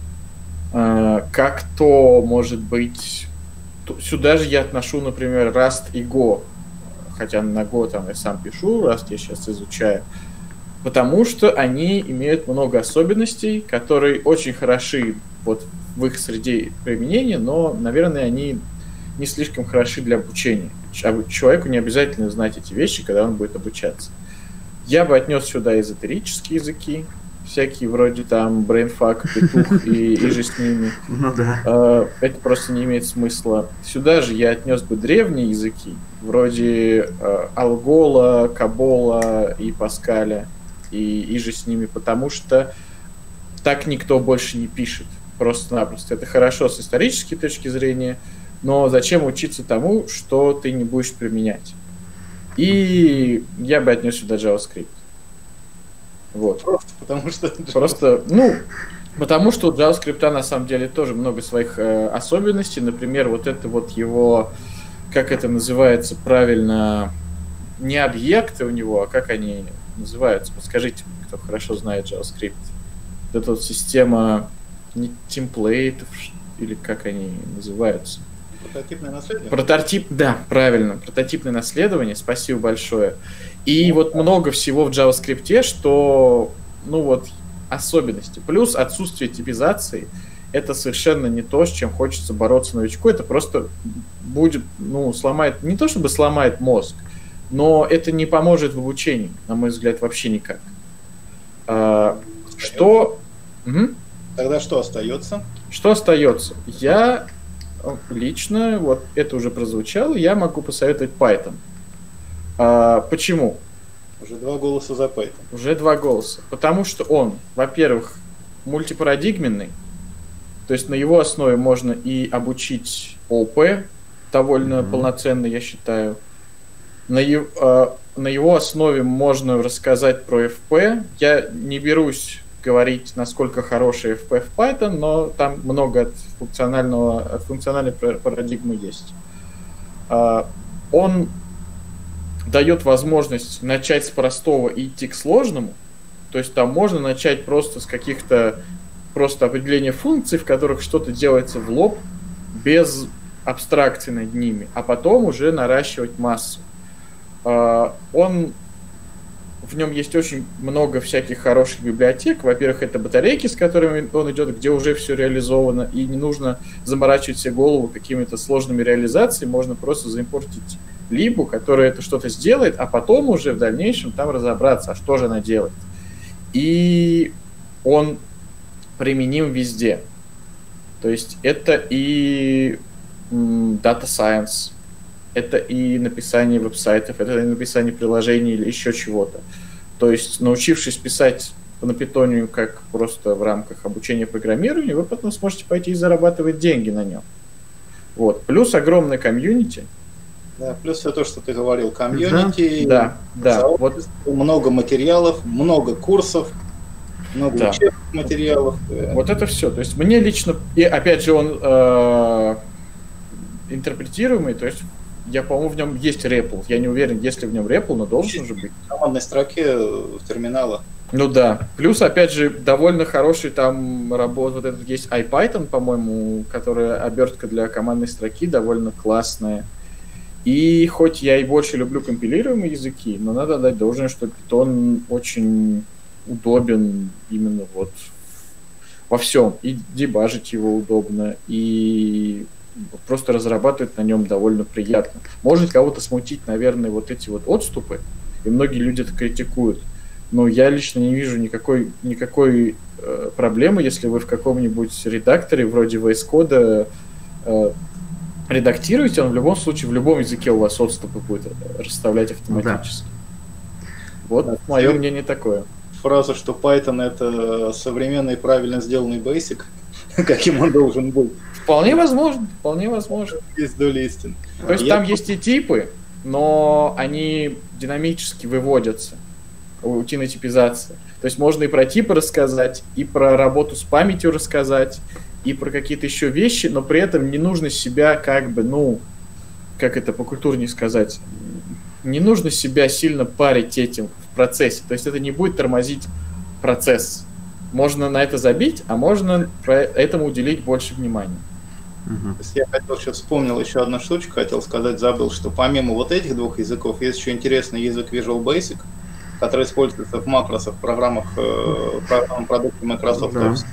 Как то, может быть... Сюда же я отношу, например, Rust и Go. Хотя на Go там я сам пишу, Rust я сейчас изучаю. Потому что они имеют много особенностей, которые очень хороши вот в их среде применения, но, наверное, они не слишком хороши для обучения. Человеку не обязательно знать эти вещи, когда он будет обучаться. Я бы отнес сюда эзотерические языки, всякие вроде там BrainFuck, Петух и же с ними. Ну да. Это просто не имеет смысла. Сюда же я отнес бы древние языки, вроде Алгола, Кабола и Паскаля, и же с ними, потому что так никто больше не пишет. Просто-напросто. Это хорошо с исторической точки зрения, но зачем учиться тому, что ты не будешь применять? И я бы отнес сюда JavaScript. Вот. Потому что у JavaScript на самом деле тоже много своих особенностей. Например, вот это вот его, как это называется правильно, не объекты у него, а как они называются? Подскажите, кто хорошо знает JavaScript. Вот эта вот система не темплейтов, или как они называются? Прототипное наследование? Да, правильно. Прототипное наследование. Спасибо большое. И вот много всего в JavaScript, что, ну вот, особенности. Плюс отсутствие типизации. Это совершенно не то, с чем хочется бороться новичку. Это просто будет, ну, сломает, не то чтобы сломает мозг, но это не поможет в обучении, на мой взгляд, вообще никак. Что? Тогда что остается? Что остается? Я лично, вот это уже прозвучало, я могу посоветовать Python. Почему? Уже 2 голоса за Python. Уже 2 голоса. Потому что он, во-первых, мультипарадигменный, то есть на его основе можно и обучить ООП довольно полноценно, я считаю. На его основе можно рассказать про FP. Я не берусь говорить, насколько хороший FP в Python, но там много от функциональной парадигмы есть. Он дает возможность начать с простого и идти к сложному. То есть там можно начать просто с каких-то определения функций, в которых что-то делается в лоб, без абстракций над ними, а потом уже наращивать массу. В нем есть очень много всяких хороших библиотек. Во-первых, это батарейки, с которыми он идет, где уже все реализовано, и не нужно заморачивать себе голову какими-то сложными реализациями, можно просто заимпортить либу, которая это что-то сделает, а потом уже в дальнейшем там разобраться, а что же она делает. И он применим везде. То есть это и Data Science, это и написание веб-сайтов, это и написание приложений или еще чего-то. То есть, научившись писать на питоне как просто в рамках обучения программированию, вы потом сможете пойти и зарабатывать деньги на нем. Вот. Плюс огромное комьюнити. Да, плюс все то, что ты говорил, комьюнити, да. Вот. Много материалов, много курсов, много учебных материалов. Вот это все. То есть мне лично, и опять же он интерпретируемый, то есть я, по-моему, в нем есть REPL. Я не уверен, есть ли в нем REPL, но должен же быть. В командной строке в терминала. Ну да. Плюс, опять же, довольно хороший там работа. Вот этот есть IPython, по-моему, которая обертка для командной строки, довольно классная. И хоть я и больше люблю компилируемые языки, но надо дать должное, что Python очень удобен именно вот во всем. И дебажить его удобно, и просто разрабатывать на нем довольно приятно. Может кого-то смутить, наверное, вот эти вот отступы, и многие люди это критикуют. Но я лично не вижу никакой проблемы, если вы в каком-нибудь редакторе вроде VS Code редактируете, он в любом случае, в любом языке у вас отступы будет расставлять автоматически. Да. Вот мое мнение такое. Фраза, что Python — это современный правильно сделанный Basic, каким он должен быть. Вполне возможно, вполне возможно. Есть доля истины. То есть там есть и типы, но они динамически выводятся. Утиная типизация. То есть можно и про типы рассказать, и про работу с памятью рассказать, и про какие-то еще вещи, но при этом не нужно себя как это покультурнее сказать, не нужно себя сильно парить этим в процессе. То есть это не будет тормозить процесс. Можно на это забить, а можно этому уделить больше внимания. То есть я вспомнил еще одну штучку, хотел сказать, забыл, что помимо вот этих двух языков есть еще интересный язык Visual Basic, который используется в макросах, в программном продукте Microsoft Office.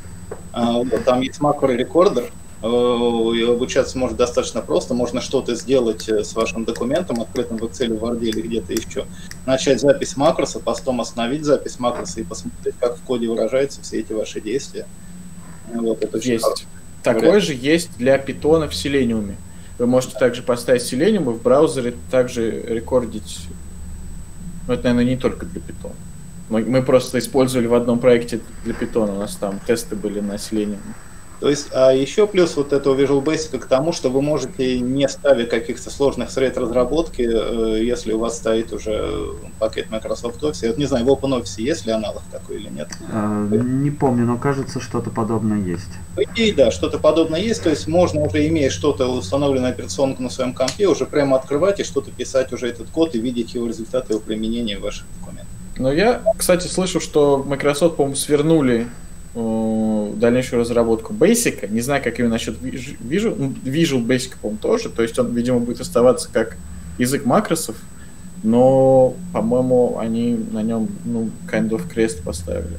Там есть макро-рекордер, и обучаться может достаточно просто. Можно что-то сделать с вашим документом, открытым в Excel, в Word или где-то еще. Начать запись макроса, потом остановить запись макроса и посмотреть, как в коде выражаются все эти ваши действия. Это есть. Такое же есть для Python в Selenium. Вы можете также поставить Selenium и в браузере также рекордить. Но это, наверное, не только для Python. Мы просто использовали в одном проекте для Python, у нас там тесты были на Selenium. То есть, а еще плюс вот этого Visual Basic к тому, что вы можете, не ставить каких-то сложных сред разработки, если у вас стоит уже пакет Microsoft Office. Я вот не знаю, в OpenOffice есть ли аналог такой или нет? Не помню, но кажется, что-то подобное есть. По идее, да, что-то подобное есть. То есть можно уже, имея что-то установленное операционку на своем компе, уже прямо открывать и что-то писать уже этот код и видеть его результаты, его применения в ваших документах. Но я, кстати, слышу, что Microsoft, по-моему, свернули дальнейшую разработку Basic. Не знаю, как именно насчет Visual Basic, по-моему, тоже. То есть он, видимо, будет оставаться как язык макросов, но, по-моему, они на нем, kind of крест поставили.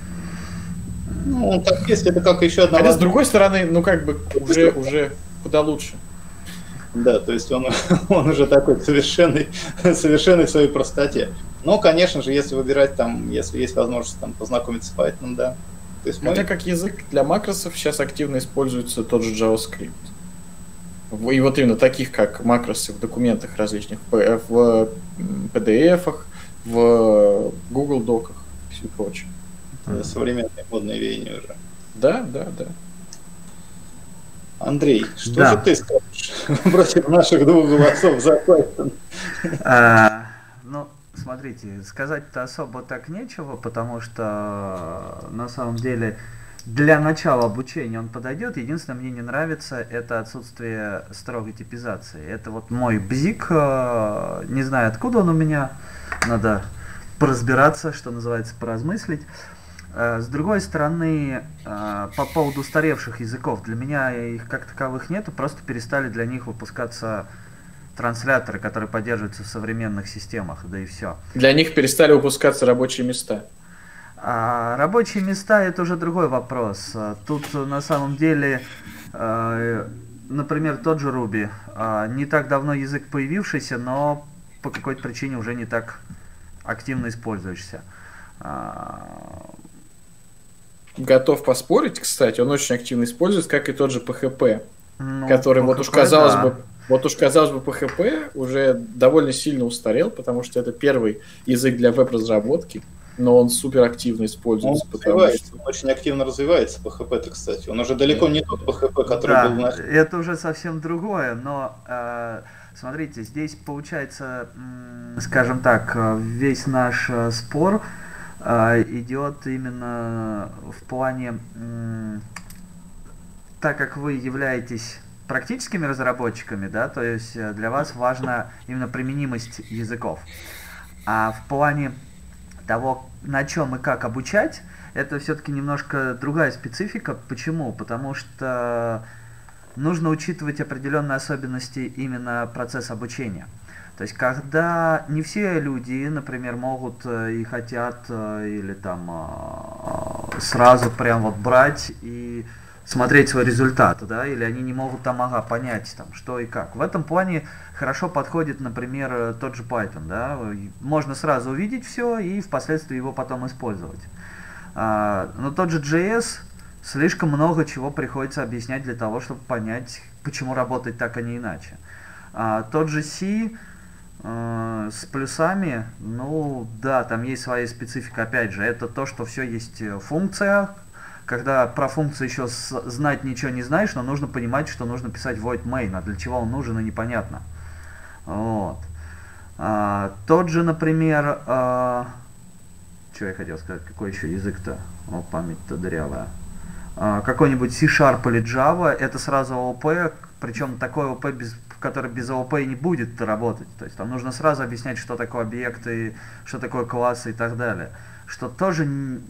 Ну, так есть, это как еще одна... Хотя, с другой стороны, уже куда лучше. Да, то есть он уже такой совершенный в своей простоте. Но, конечно же, если выбирать там, если есть возможность там познакомиться с Python, да. То есть хотя как язык для макросов сейчас активно используется тот же JavaScript. И вот именно таких, как макросы в документах различных, в PDF-ах, в Google Доках и все прочее. Современные модные веяния уже. Да. Андрей, что же ты скажешь против наших двух голосов за Python? Смотрите, сказать-то особо так нечего, потому что на самом деле для начала обучения он подойдет. Единственное, мне не нравится, это отсутствие строгой типизации. Это вот мой бзик, не знаю, откуда он у меня, надо поразбираться, что называется, поразмыслить. С другой стороны, по поводу устаревших языков, для меня их как таковых нету, просто перестали для них выпускаться трансляторы, которые поддерживаются в современных системах, да и все. Для них перестали выпускаться рабочие места. Рабочие места — это уже другой вопрос. Тут на самом деле, например, тот же Ruby, не так давно язык появившийся, но по какой-то причине уже не так активно используешься. Готов поспорить, кстати, он очень активно используется, как и тот же PHP, который PHP, вот уж казалось бы, PHP уже довольно сильно устарел, потому что это первый язык для веб-разработки, но он супер активно используется. Он очень активно развивается, PHP-то, кстати. Он уже далеко не тот PHP, который был наш. Это уже совсем другое, но смотрите, здесь получается, скажем так, весь наш спор идет именно в плане, так как вы являетесь практическими разработчиками, да, то есть для вас важна именно применимость языков. А в плане того, на чем и как обучать, это все-таки немножко другая специфика. Почему? Потому что нужно учитывать определенные особенности именно процесса обучения. То есть, когда не все люди, например, могут и хотят, или там сразу прям вот брать и смотреть свой результат, да, или они не могут там, понять, там, что и как. В этом плане хорошо подходит, например, тот же Python, да, можно сразу увидеть все и впоследствии его потом использовать. Но тот же JS слишком много чего приходится объяснять для того, чтобы понять, почему работает так, а не иначе. Тот же C с плюсами, ну да, там есть своя специфика, опять же, это то, что все есть функция. Когда про функцию еще знать ничего не знаешь, но нужно понимать, что нужно писать void main, а для чего он нужен и непонятно. Вот. Тот же, например, что я хотел сказать, какой еще язык-то? О, память-то дырявая. Какой-нибудь C-Sharp или Java, это сразу ООП, причем такой ООП, который без ООП и не будет работать. То есть там нужно сразу объяснять, что такое объекты, что такое классы и так далее. Что тоже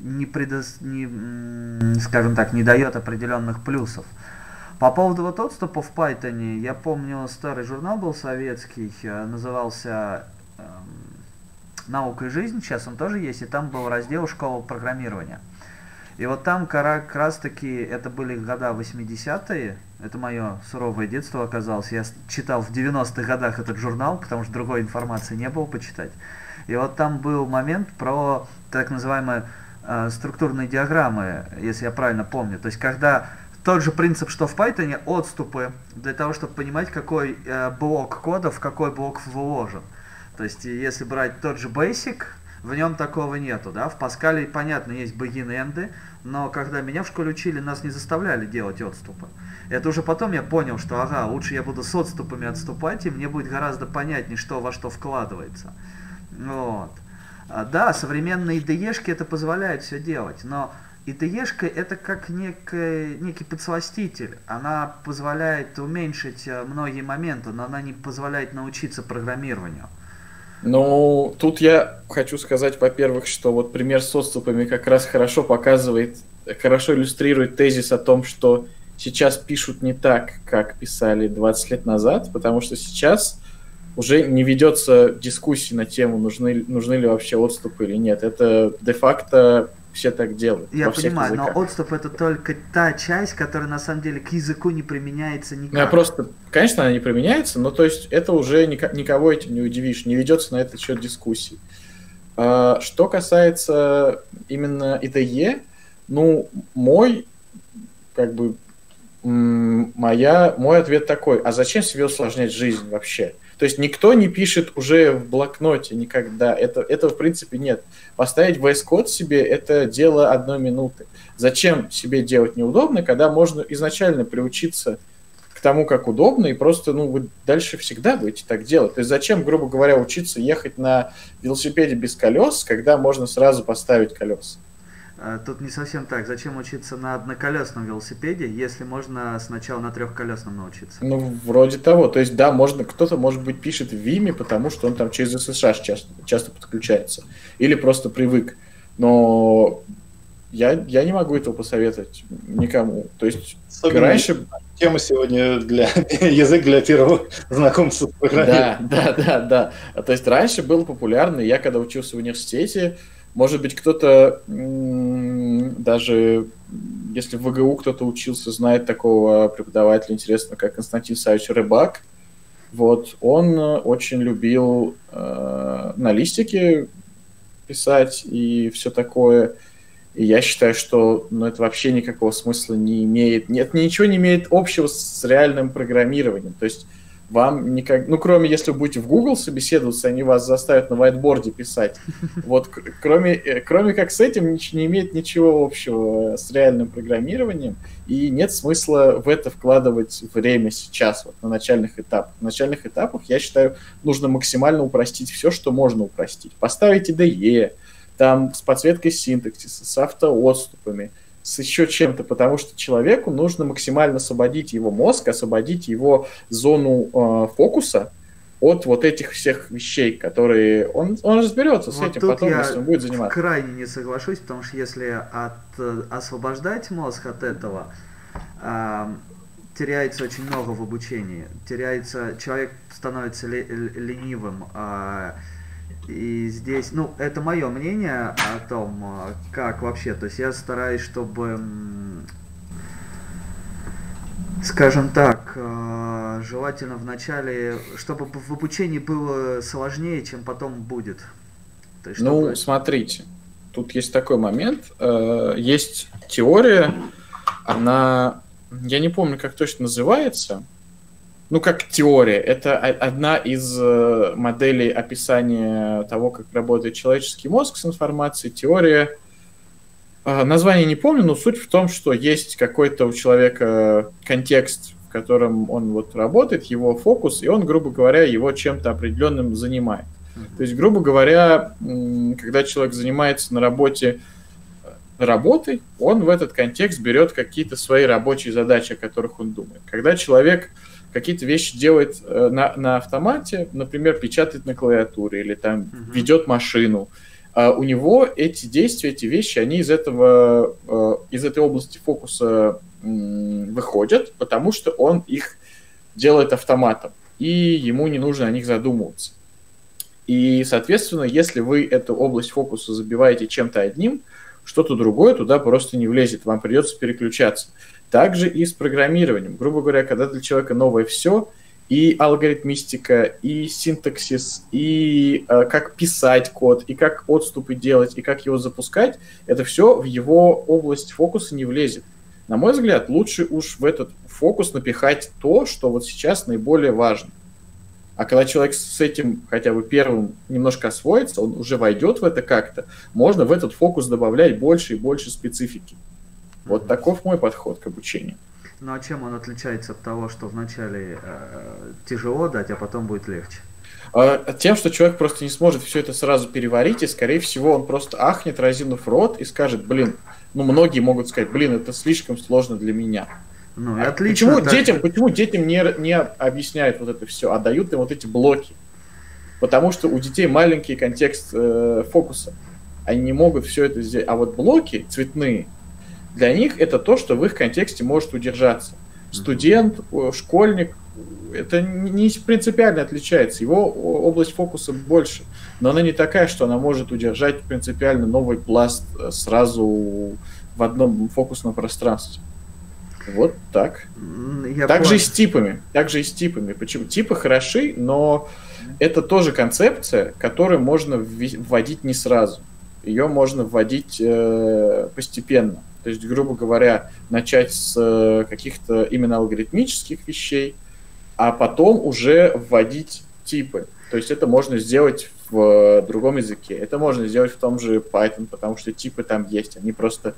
скажем так, не дает определенных плюсов. По поводу вот отступа в Python, я помню, старый журнал был советский, назывался «Наука и жизнь», сейчас он тоже есть, и там был раздел «Школа программирования». И вот там как раз таки, это были года 80-е, это мое суровое детство оказалось, я читал в 90-х годах этот журнал, потому что другой информации не было почитать. И вот там был момент про так называемые структурные диаграммы, если я правильно помню. То есть, когда тот же принцип, что в Python, отступы для того, чтобы понимать, какой блок кода в какой блок вложен. То есть, если брать тот же Basic, в нем такого нету, да. В Pascal, понятно, есть begin-энды, но когда меня в школе учили, нас не заставляли делать отступы. Это уже потом я понял, что лучше я буду с отступами отступать, и мне будет гораздо понятнее, что во что вкладывается. Вот. Да, современные IDE-шки это позволяют все делать, но IDE-шка это как некий подсластитель. Она позволяет уменьшить многие моменты, но она не позволяет научиться программированию. Ну, тут я хочу сказать, во-первых, что вот пример с отступами как раз хорошо показывает, хорошо иллюстрирует тезис о том, что сейчас пишут не так, как писали 20 лет назад, потому что сейчас уже не ведется дискуссии на тему, нужны ли вообще отступы или нет. Это де-факто все так делают. Я понимаю, но отступ это только та часть, которая на самом деле к языку не применяется никак. Конечно, она не применяется, но то есть это уже никого этим не удивишь, не ведется на этот счет дискуссий. Что касается именно IDE, ну, мой ответ такой: а зачем себе усложнять жизнь вообще? То есть никто не пишет уже в блокноте никогда. Этого в принципе нет. Поставить VS Code себе – это дело 1 минуты. Зачем себе делать неудобно, когда можно изначально приучиться к тому, как удобно, и просто вы дальше всегда будете так делать. То есть зачем, грубо говоря, учиться ехать на велосипеде без колес, когда можно сразу поставить колеса? Тут не совсем так. Зачем учиться на одноколесном велосипеде, если можно сначала на трехколесном научиться? Ну, вроде того. То есть, да, кто-то, может быть, пишет в Vime, потому что он там через SSH часто подключается. Или просто привык. Но я не могу этого посоветовать никому. То есть, раньше... Тема сегодня язык для первого знакомства с программированием. Да. То есть, раньше было популярно. Я, когда учился в университете, может быть, кто-то, даже если в ВГУ кто-то учился, знает такого преподавателя интересного, как Константин Савич Рыбак. Вот, он очень любил на листике писать и все такое. И я считаю, что это вообще никакого смысла не имеет. Нет, ничего не имеет общего с реальным программированием. То есть вам никак... кроме если вы будете в Google собеседоваться, они вас заставят на whiteboard писать. Вот, кроме как с этим не имеет ничего общего с реальным программированием, и нет смысла в это вкладывать время сейчас, вот, на начальных этапах. На начальных этапах, я считаю, нужно максимально упростить все, что можно упростить. Поставить IDE, там, с подсветкой синтаксиса, с автоотступами, с еще чем-то, потому что человеку нужно максимально освободить его мозг, освободить его зону фокуса от вот этих всех вещей, которые... Он разберется с этим потом, если он будет заниматься. Я крайне не соглашусь, потому что если освобождать мозг от этого, теряется очень много в обучении. Человек становится ленивым, И здесь, ну, это мое мнение о том, как вообще, то есть я стараюсь, чтобы, скажем так, желательно в начале, чтобы в обучении было сложнее, чем потом будет. То есть, чтобы... Ну, смотрите, тут есть такой момент, есть теория, она, я не помню, как точно называется, ну, как теория, это одна из моделей описания того, как работает человеческий мозг с информацией. Теория, название не помню, но суть в том, что есть какой-то у человека контекст, в котором он вот работает, его фокус, и он, грубо говоря, его чем-то определенным занимает. То есть, грубо говоря, когда человек занимается на работе работой, он в этот контекст берет какие-то свои рабочие задачи, о которых он думает. Когда человек какие-то вещи делает на автомате, например, печатает на клавиатуре или там ведет машину, у него эти действия, эти вещи, они из этой области фокуса выходят, потому что он их делает автоматом, и ему не нужно о них задумываться. И, соответственно, если вы эту область фокуса забиваете чем-то одним, что-то другое туда просто не влезет, вам придется переключаться. Также и с программированием. Грубо говоря, когда для человека новое все, и алгоритмистика, и синтаксис, и как писать код, и как отступы делать, и как его запускать, это все в его область фокуса не влезет. На мой взгляд, лучше уж в этот фокус напихать то, что вот сейчас наиболее важно. А когда человек с этим хотя бы первым немножко освоится, он уже войдет в это как-то, можно в этот фокус добавлять больше и больше специфики. Вот таков мой подход к обучению. Ну а чем он отличается от того, что вначале тяжело дать, а потом будет легче? Тем, что человек просто не сможет все это сразу переварить, и, скорее всего, он просто ахнет, разинув рот, и скажет, блин, ну многие могут сказать, блин, это слишком сложно для меня. Ну и отлично. Почему детям не объясняют вот это все, а дают им вот эти блоки? Потому что у детей маленький контекст фокуса. Они не могут все это сделать. А вот блоки цветные, для них это то, что в их контексте может удержаться. Студент, школьник, это не принципиально отличается. Его область фокуса больше. Но она не такая, что она может удержать принципиально новый пласт сразу в одном фокусном пространстве. Вот так. Также и с типами. Почему? Типы хороши, но это тоже концепция, которую можно вводить не сразу. Ее можно вводить постепенно. То есть, грубо говоря, начать с каких-то именно алгоритмических вещей, а потом уже вводить типы. То есть это можно сделать в другом языке. Это можно сделать в том же Python, потому что типы там есть. Они просто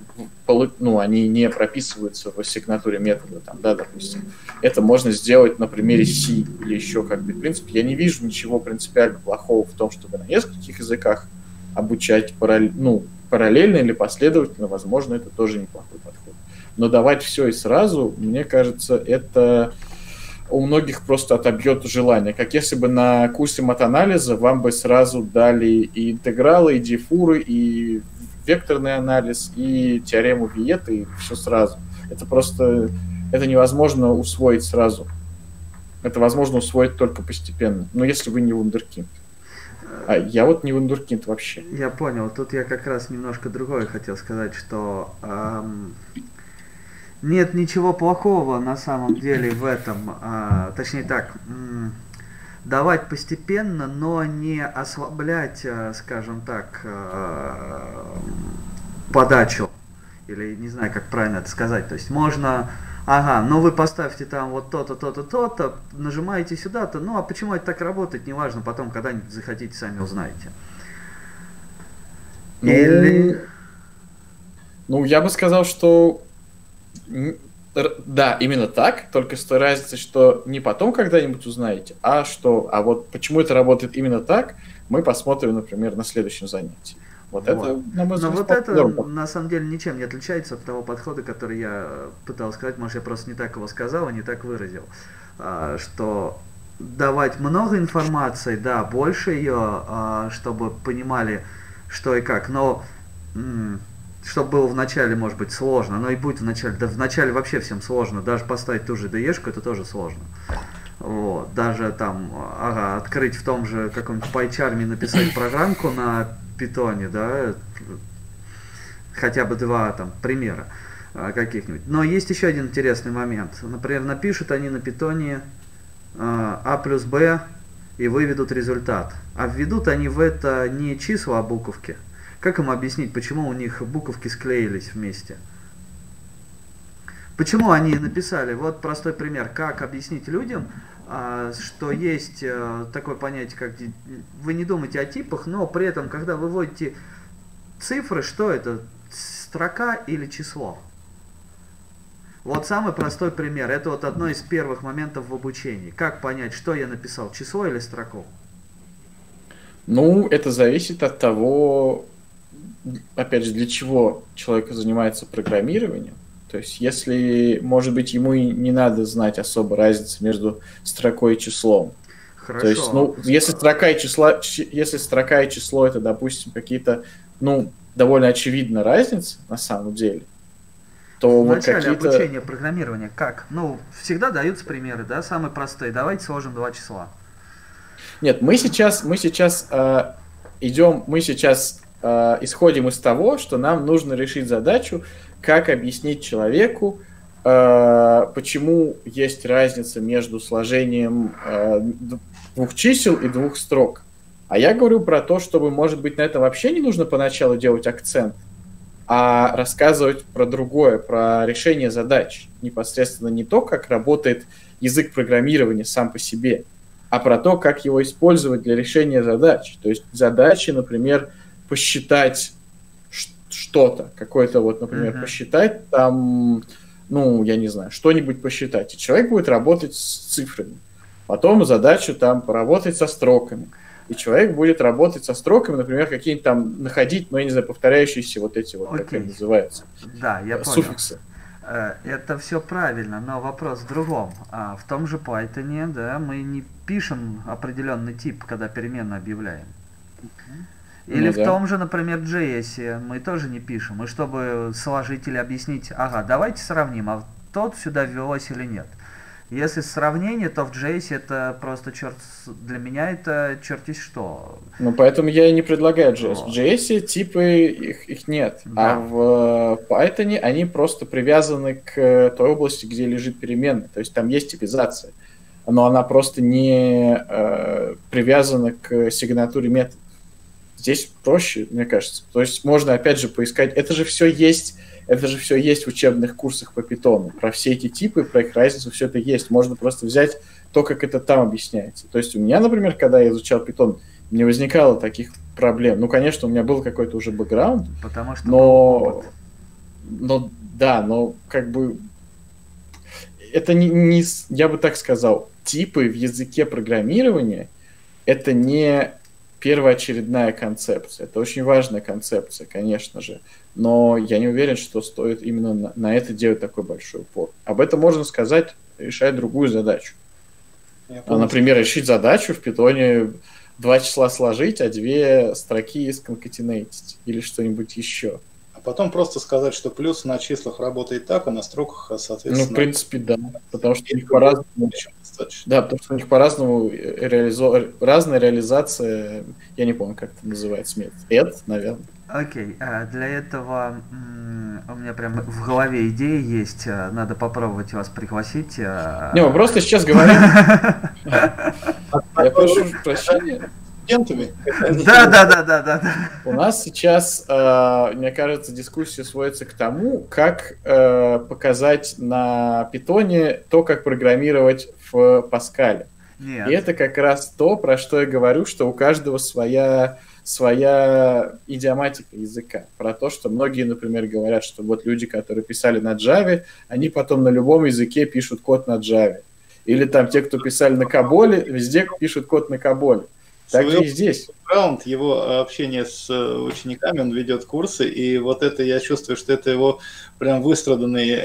они не прописываются в ассигнатуре метода, там, да, допустим. Это можно сделать на примере C или еще как-то. В принципе, я не вижу ничего принципиально плохого в том, чтобы на нескольких языках обучать параллельно или последовательно. Возможно, это тоже неплохой подход. Но давать все и сразу, мне кажется, это у многих просто отобьет желание. Как если бы на курсе матанализа вам бы сразу дали и интегралы, и дифуры, и векторный анализ, и теорему Виета, и все сразу. Это невозможно усвоить сразу. Это возможно усвоить только постепенно. Но если вы не вундеркинд. А я вот не вундеркинд вообще. Я понял. Тут я как раз немножко другое хотел сказать, что нет ничего плохого на самом деле в этом. Точнее так, давать постепенно, но не ослаблять, скажем так, подачу. Или не знаю, как правильно это сказать. То есть можно, вы поставьте там вот то-то, то-то, то-то, нажимаете сюда-то, а почему это так работает, неважно, потом когда-нибудь захотите, сами узнаете. Я бы сказал, что да, именно так, только с той разницей, что не потом когда-нибудь узнаете, а вот почему это работает именно так, мы посмотрим, например, на следующем занятии. Это, на мой взгляд, это на самом деле ничем не отличается от того подхода, который я пытался сказать, может, я просто не так его сказал, не так выразил, что давать много информации, да, больше ее, чтобы понимали, что и как, но чтобы было вначале, может быть, сложно, но и будет вначале, да вначале вообще всем сложно, даже поставить ту же ДЕшку, это тоже сложно. Вот. Даже там, открыть в том же каком-нибудь PyCharm, написать программку на питоне, да, хотя бы два там примера каких-нибудь. Но есть еще один интересный момент. Например, напишут они на питоне А плюс Б и выведут результат. А введут они в это не числа, а буковки. Как им объяснить, почему у них буковки склеились вместе? Почему они написали? Вот простой пример. Как объяснить людям, что есть такое понятие, как вы не думаете о типах, но при этом, когда вы вводите цифры, что это? Строка или число? Вот самый простой пример. Это вот одно из первых моментов в обучении. Как понять, что я написал, число или строку? Ну, это зависит от того, опять же, для чего человек занимается программированием. То есть, если, может быть, ему и не надо знать особо разницы между строкой и числом. Хорошо. То есть, ну, если строка и число это, допустим, какие-то, ну, довольно очевидна разница на самом деле, то в вот начале какие-то... обучения программирования как? Ну, всегда даются примеры, да, самые простые. Давайте сложим два числа. Нет, мы сейчас исходим из того, что нам нужно решить задачу, как объяснить человеку, почему есть разница между сложением двух чисел и двух строк. А я говорю про то, чтобы, может быть, на это вообще не нужно поначалу делать акцент, а рассказывать про другое, про решение задач. Непосредственно не то, как работает язык программирования сам по себе, а про то, как его использовать для решения задач. То есть задачи, например, посчитать что-то, какое-то вот, например, посчитать там, ну, я не знаю, что-нибудь посчитать. И человек будет работать с цифрами. Потом задачу там поработать со строками. И человек будет работать со строками, например, какие-нибудь там находить, ну, я не знаю, повторяющиеся вот эти вот, как они называются, да, я суффиксы. Это все правильно, но вопрос в другом. В том же Python, да, мы не пишем определенный тип, когда переменную объявляем. Или Ну в да. том же, например, JS мы тоже не пишем. И чтобы сложить или объяснить, давайте сравним, а тот сюда ввелось или нет. Если сравнение, то в JS это просто для меня это черти что. Ну, поэтому я и не предлагаю JS. Вот. В JS типы их нет, Да. а в Python они просто привязаны к той области, где лежит переменная. То есть там есть типизация, но она просто не привязана к сигнатуре метода. Здесь проще, мне кажется. То есть можно, опять же, поискать. Это же все есть в учебных курсах по питону. Про все эти типы, про их разницу, все это есть. Можно просто взять то, как это там объясняется. То есть у меня, например, когда я изучал питон, не возникало таких проблем. Ну, конечно, у меня был какой-то уже бэкграунд, Потому что был опыт. но как бы это не, я бы так сказал, типы в языке программирования это не первоочередная концепция. Это очень важная концепция, конечно же, но я не уверен, что стоит именно на это делать такой большой упор. Об этом можно сказать, решая другую задачу. Например, решить задачу в питоне 2 числа сложить, а 2 строки сконкатенейтить или что-нибудь еще. А потом просто сказать, что плюс на числах работает так, а на строках, соответственно... Ну, в принципе, да. Потому что у них по-разному... Да, потому что у них по-разному разная реализация, я не помню, как это называется, метод, наверное. Окей, для этого у меня прям в голове идея есть, надо попробовать вас пригласить. Не, мы просто сейчас говорим. Я прошу прощения. Да. У нас сейчас, мне кажется, дискуссия сводится к тому, как показать на питоне то, как программировать в Паскале. Нет. И это как раз то, про что я говорю, что у каждого своя идиоматика языка. Про то, что многие, например, говорят, что вот люди, которые писали на Java, они потом на любом языке пишут код на Java. Или там те, кто писали на Каболе, везде пишут код на Каболе. Так же и здесь. Его общение с учениками, он ведет курсы, и вот это я чувствую, что это его прям выстраданные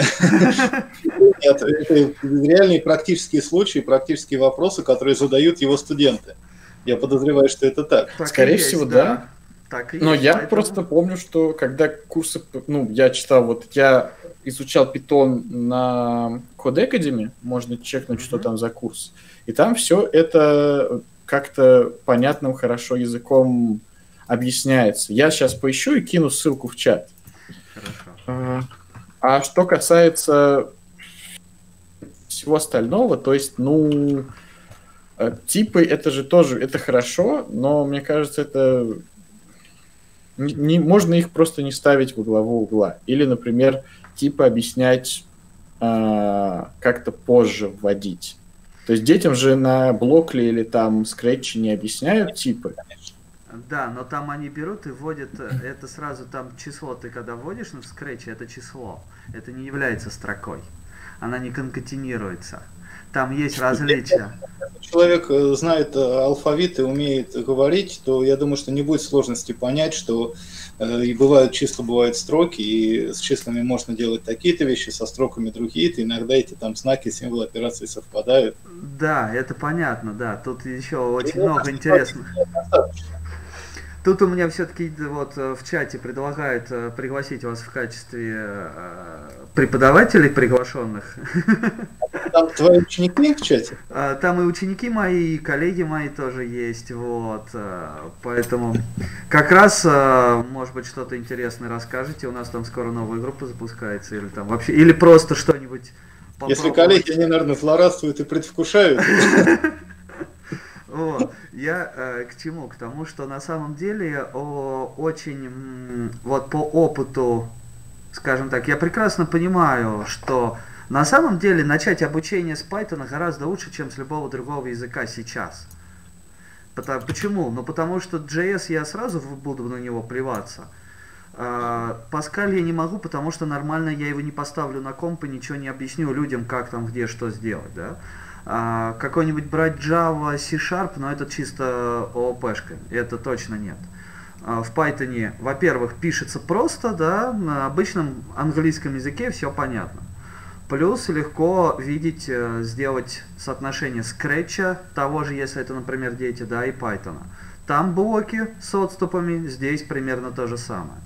реальные практические случаи, практические вопросы, которые задают его студенты. Я подозреваю, что это так. Скорее всего, да. Так и Но есть, я поэтому... просто помню, что когда курсы, ну, я читал, вот я изучал Python на Code Academy, можно чекнуть, что там за курс, и там все это как-то понятным, хорошо языком объясняется. Я сейчас поищу и кину ссылку в чат. Хорошо. А что касается всего остального, то есть, ну, типы, это же тоже, это хорошо, но мне кажется, это можно их просто не ставить во главу угла. Или, например, типы объяснять как-то позже вводить. То есть детям же на Blockly или там Scratch не объясняют типы. Да, но там они берут и вводят это сразу, там число, ты когда вводишь в Scratch, это число, это не является строкой, она не конкатинируется, там есть различия. Если человек знает алфавит и умеет говорить, то я думаю, что не будет сложности понять, что и бывают числа, бывают строки, и с числами можно делать такие-то вещи, со строками другие-то, иногда эти там знаки, символы операции совпадают. Да, это понятно, да, тут еще очень много интересных. Тут у меня все-таки вот в чате предлагают пригласить вас в качестве преподавателей приглашенных. Там твои ученики в чате? Там и ученики мои, и коллеги мои тоже есть, вот. Поэтому как раз, может быть, что-то интересное расскажете. У нас там скоро новая группа запускается, или там вообще, или просто что-нибудь попробовать. Если коллеги, они, наверное, злорадствуют и предвкушают. Вот. Я к чему? К тому, что на самом деле очень, вот по опыту, скажем так, я прекрасно понимаю, что на самом деле начать обучение с Python гораздо лучше, чем с любого другого языка сейчас. Почему? Ну потому что JS я сразу буду на него плеваться. Pascal я не могу, потому что нормально я его не поставлю на комп и ничего не объясню людям, как там, где, что сделать, да? Какой-нибудь брать Java, C-Sharp, но это чисто ООП-шка, это точно нет. В Python, во-первых, пишется просто, да, на обычном английском языке все понятно. Плюс легко видеть, сделать соотношение Scratch, того же, если это, например, дети, да, и Python. Там блоки с отступами, здесь примерно то же самое.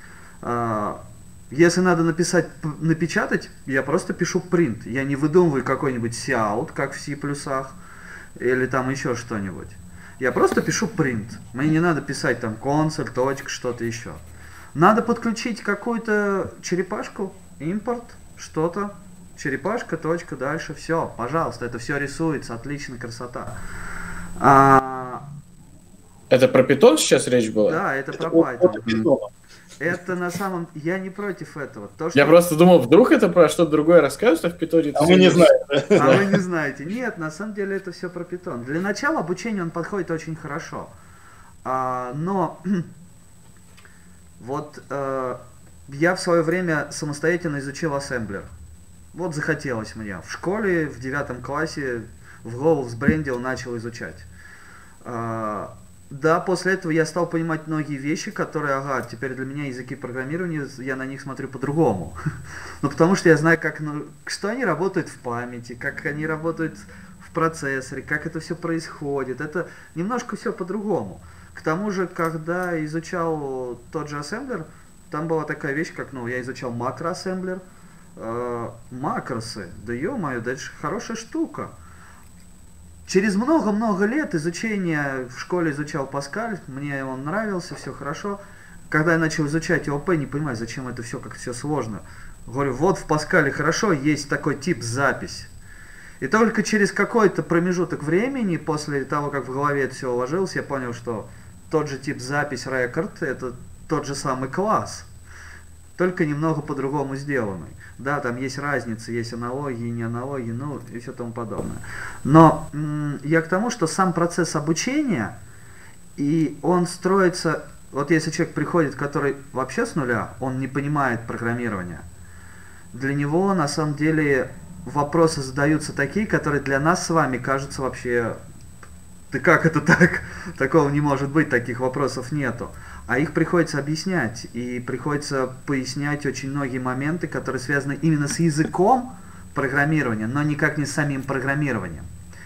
Если надо напечатать, я просто пишу print. Я не выдумываю какой-нибудь cout, как в C++, или там еще что-нибудь. Я просто пишу print. Мне не надо писать там console, точка, что-то еще. Надо подключить какую-то черепашку, импорт, что-то, черепашка, точка, дальше, все, пожалуйста, это все рисуется, отлично, красота. Это про Python сейчас речь была? Да, это про Python. Это на самом... Я не против этого. То, что... Я просто думал, вдруг это про что-то другое расскажут, а в Python... А мы не знаем. А вы не знаете. Нет, на самом деле это все про Python. Для начала обучения он подходит очень хорошо. Но вот я в свое время самостоятельно изучил ассемблер. Вот захотелось мне. В школе в 9 классе в голову взбрендил, начал изучать. Да, после этого я стал понимать многие вещи, которые, ага, теперь для меня языки программирования, я на них смотрю по-другому. Ну, потому что я знаю, как, что они работают в памяти, как они работают в процессоре, как это все происходит. Это немножко все по-другому. К тому же, когда изучал тот же ассемблер, там была такая вещь, как, я изучал макроассемблер. Макросы, да ё-моё, да это же хорошая штука. Через много-много лет изучения, в школе изучал Pascal, мне он нравился, все хорошо. Когда я начал изучать ООП, не понимаю, зачем это все, как все сложно. Говорю, вот в Pascal хорошо, есть такой тип запись. И только через какой-то промежуток времени, после того, как в голове это все уложилось, я понял, что тот же тип запись record, это тот же самый класс, только немного по-другому сделанный. Да, там есть разница, есть аналогии, не аналогии, и все тому подобное. Но я к тому, что сам процесс обучения, и он строится, вот если человек приходит, который вообще с нуля, он не понимает программирования, для него на самом деле вопросы задаются такие, которые для нас с вами кажутся вообще, да как это так? Такого не может быть, таких вопросов нету. А их приходится объяснять, и приходится пояснять очень многие моменты, которые связаны именно с языком программирования, но никак не с самим программированием.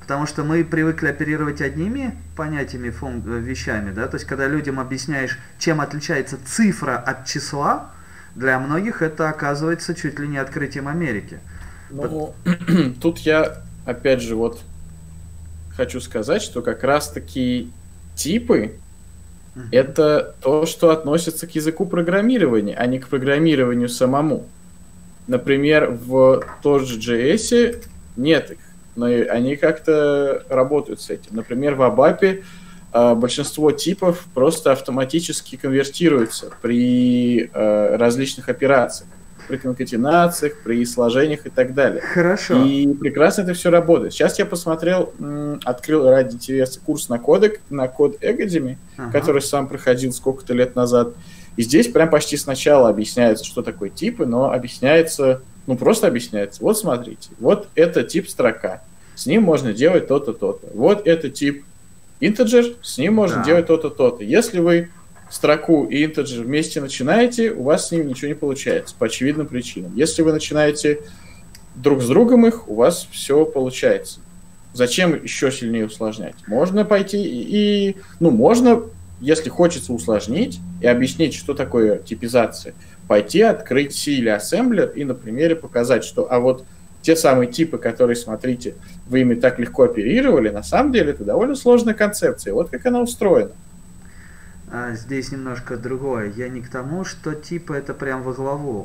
Потому что мы привыкли оперировать одними понятиями, вещами, да, то есть когда людям объясняешь, чем отличается цифра от числа, для многих это оказывается чуть ли не открытием Америки. Ну, тут я, опять же, вот хочу сказать, что как раз-таки типы — это то, что относится к языку программирования, а не к программированию самому. Например, в том же JS нет их, но они как-то работают с этим. Например, в ABAP большинство типов просто автоматически конвертируются при различных операциях, при конкатенациях, при сложениях и так далее. Хорошо. И прекрасно это все работает. Сейчас я посмотрел, открыл ради интереса курс на Code Academy, который сам проходил сколько-то лет назад. И здесь прям почти сначала объясняется, что такое типы, но объясняется, ну просто объясняется. Вот смотрите, вот это тип строка, с ним можно делать то-то, то-то. Вот это тип integer, с ним можно делать то-то, то-то. Если вы строку и integer вместе начинаете, у вас с ними ничего не получается, по очевидным причинам. Если вы начинаете друг с другом их, у вас все получается. Зачем еще сильнее усложнять? Можно пойти можно, если хочется усложнить и объяснить, что такое типизация, пойти открыть C или ассемблер и на примере показать, что вот те самые типы, которые, смотрите, вы ими так легко оперировали, на самом деле это довольно сложная концепция. Вот как она устроена. Здесь немножко другое. Я не к тому, что типы это прям во главу.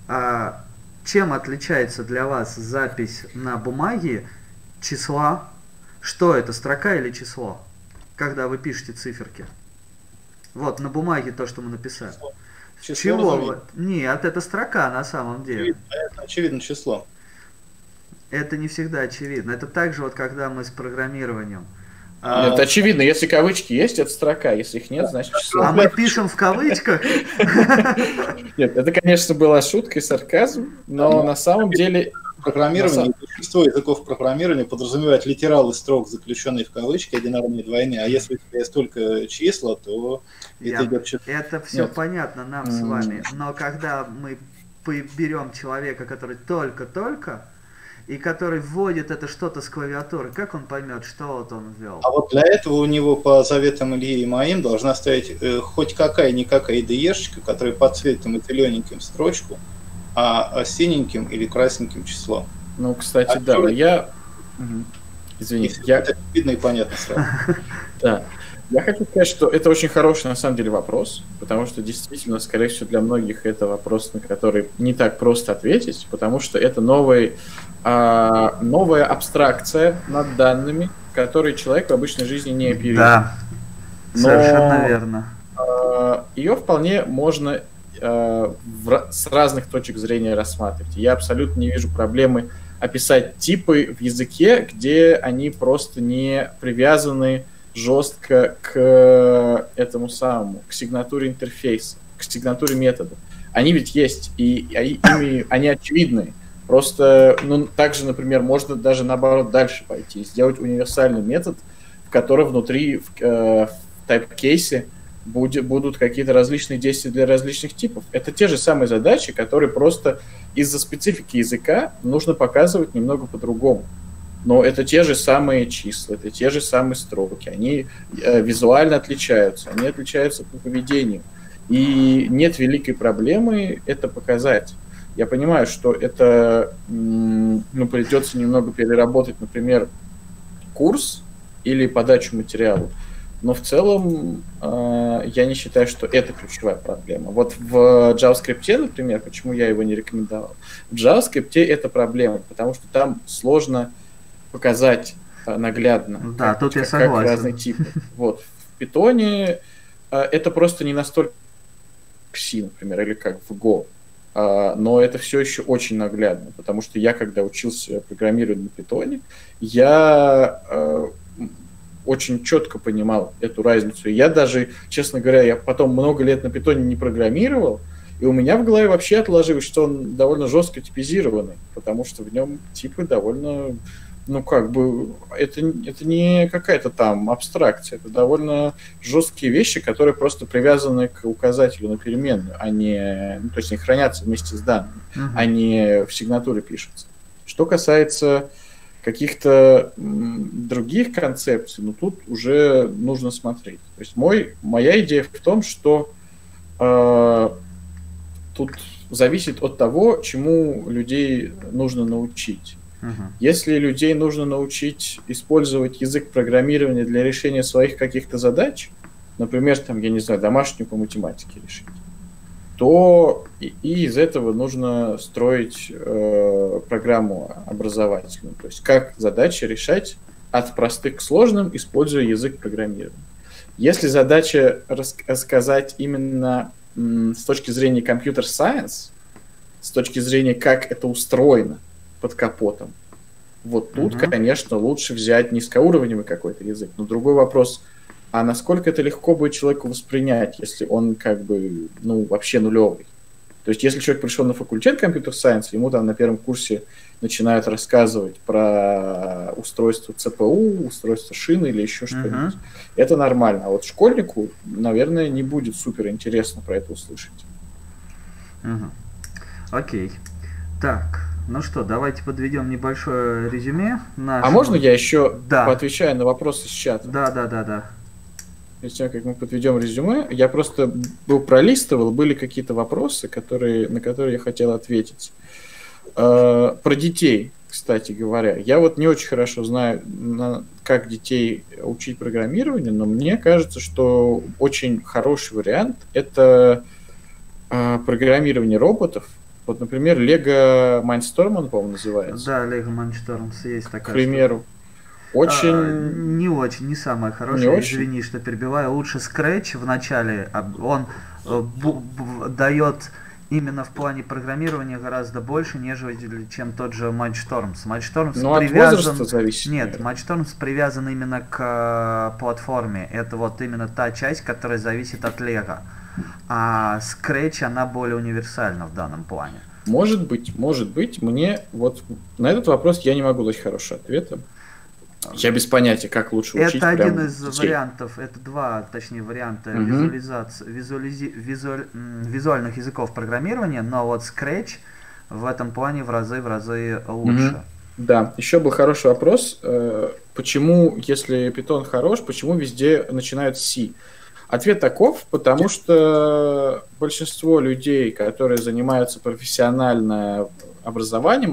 Чем отличается для вас запись на бумаге числа? Что это, строка или число? Когда вы пишете циферки. Вот, на бумаге то, что мы написали. Чего? Нет, это строка на самом деле. Это очевидно число. Это не всегда очевидно. Это так же, вот когда мы с программированием. Это очевидно, если кавычки есть, это строка, если их нет, значит число. А мы пишем в кавычках? Нет, это, конечно, была шутка и сарказм, но на самом деле... Программирование, большинство языков программирования подразумевает литералы строк, заключенные в кавычки, одинарные, двойные, а если у тебя есть только числа, то это идет число. Это все понятно нам с вами, но когда мы берем человека, который только-только, и который вводит это что-то с клавиатуры, как он поймет, что вот он ввел? А вот для этого у него по заветам Ильи и моим должна стоять хоть какая-никакая IDE-шечка, которая подсветит ему зелененьким строчку, а синеньким или красненьким число. Ну, кстати, Извините, это видно и понятно сразу. Да. Я хочу сказать, что это очень хороший, на самом деле, вопрос, потому что, действительно, скорее всего, для многих это вопрос, на который не так просто ответить, потому что это новая абстракция над данными, которые человек в обычной жизни не оперирует. Да, совершенно верно. Ее вполне можно с разных точек зрения рассматривать. Я абсолютно не вижу проблемы описать типы в языке, где они просто не привязаны жестко к этому самому, к сигнатуре интерфейса, к сигнатуре метода. Они ведь есть, и они очевидны. Просто, также, например, можно даже наоборот дальше пойти, сделать универсальный метод, в котором внутри в тайп-кейсе будут какие-то различные действия для различных типов. Это те же самые задачи, которые просто из-за специфики языка нужно показывать немного по-другому. Но это те же самые числа, это те же самые строки. Они визуально отличаются, они отличаются по поведению. И нет великой проблемы это показать. Я понимаю, что это придется немного переработать, например, курс или подачу материала. Но в целом я не считаю, что это ключевая проблема. Вот в JavaScript, например, почему я его не рекомендовал, в JavaScript это проблема, потому что там сложно показать наглядно, тут я согласен. Разные типы. Вот. В Python это просто не настолько C, например, или как в Go. Но это все еще очень наглядно, потому что я, когда учился программированию на Python, я очень четко понимал эту разницу. И я даже, честно говоря, я потом много лет на Python не программировал, и у меня в голове вообще отложилось, что он довольно жестко типизированный, потому что в нем типы довольно, это не какая-то там абстракция, это довольно жесткие вещи, которые просто привязаны к указателю на переменную, а не, то есть не хранятся вместе с данными, а не в сигнатуре пишутся. Что касается каких-то других концепций, ну тут уже нужно смотреть. То есть моя идея в том, что тут зависит от того, чему людей нужно научить. Если людей нужно научить использовать язык программирования для решения своих каких-то задач, например, там, я не знаю, домашнюю по математике решить, то и из этого нужно строить программу образовательную. То есть как задачи решать от простых к сложным, используя язык программирования. Если задача рассказать именно с точки зрения computer science, с точки зрения, как это устроено под капотом, вот тут, конечно, лучше взять низкоуровневый какой-то язык. Но другой вопрос, а насколько это легко будет человеку воспринять, если он как бы, ну, вообще нулевый? То есть, если человек пришел на факультет Computer Science, ему там на первом курсе начинают рассказывать про устройство ЦПУ, устройство шины или еще что-нибудь, это нормально. А вот школьнику, наверное, не будет супер интересно про это услышать. Окей. Так, ну что, давайте подведем небольшое резюме. А можно я еще поотвечаю на вопросы с чата? Да. Перед тем, как мы подведем резюме, я просто пролистывал, были какие-то вопросы, на которые я хотел ответить. Про детей, кстати говоря. Я вот не очень хорошо знаю, как детей учить программированию, но мне кажется, что очень хороший вариант – это программирование роботов. Вот, например, Lego Mindstorm, он, по-моему, называется. Да, Lego Mindstorm есть такая. К примеру. Не самое хорошее, извини, что перебиваю. Лучше Scratch в начале, он дает именно в плане программирования гораздо больше, нежели чем тот же Mindstorm. Mindstorm привязан... зависит. Нет, Mindstorm привязан именно к платформе. Это вот именно та часть, которая зависит от Lego. А Scratch, она более универсальна в данном плане. Может быть. Мне вот на этот вопрос я не могу дать хорошего ответа. Я без понятия, как лучше учить. Это один из вариантов, это два, точнее, варианта визуальных языков программирования, но вот Scratch в этом плане в разы лучше. Да, еще был хороший вопрос. Почему, если Python хорош, почему везде начинают с C? Ответ таков, потому что большинство людей, которые занимаются профессиональным образованием,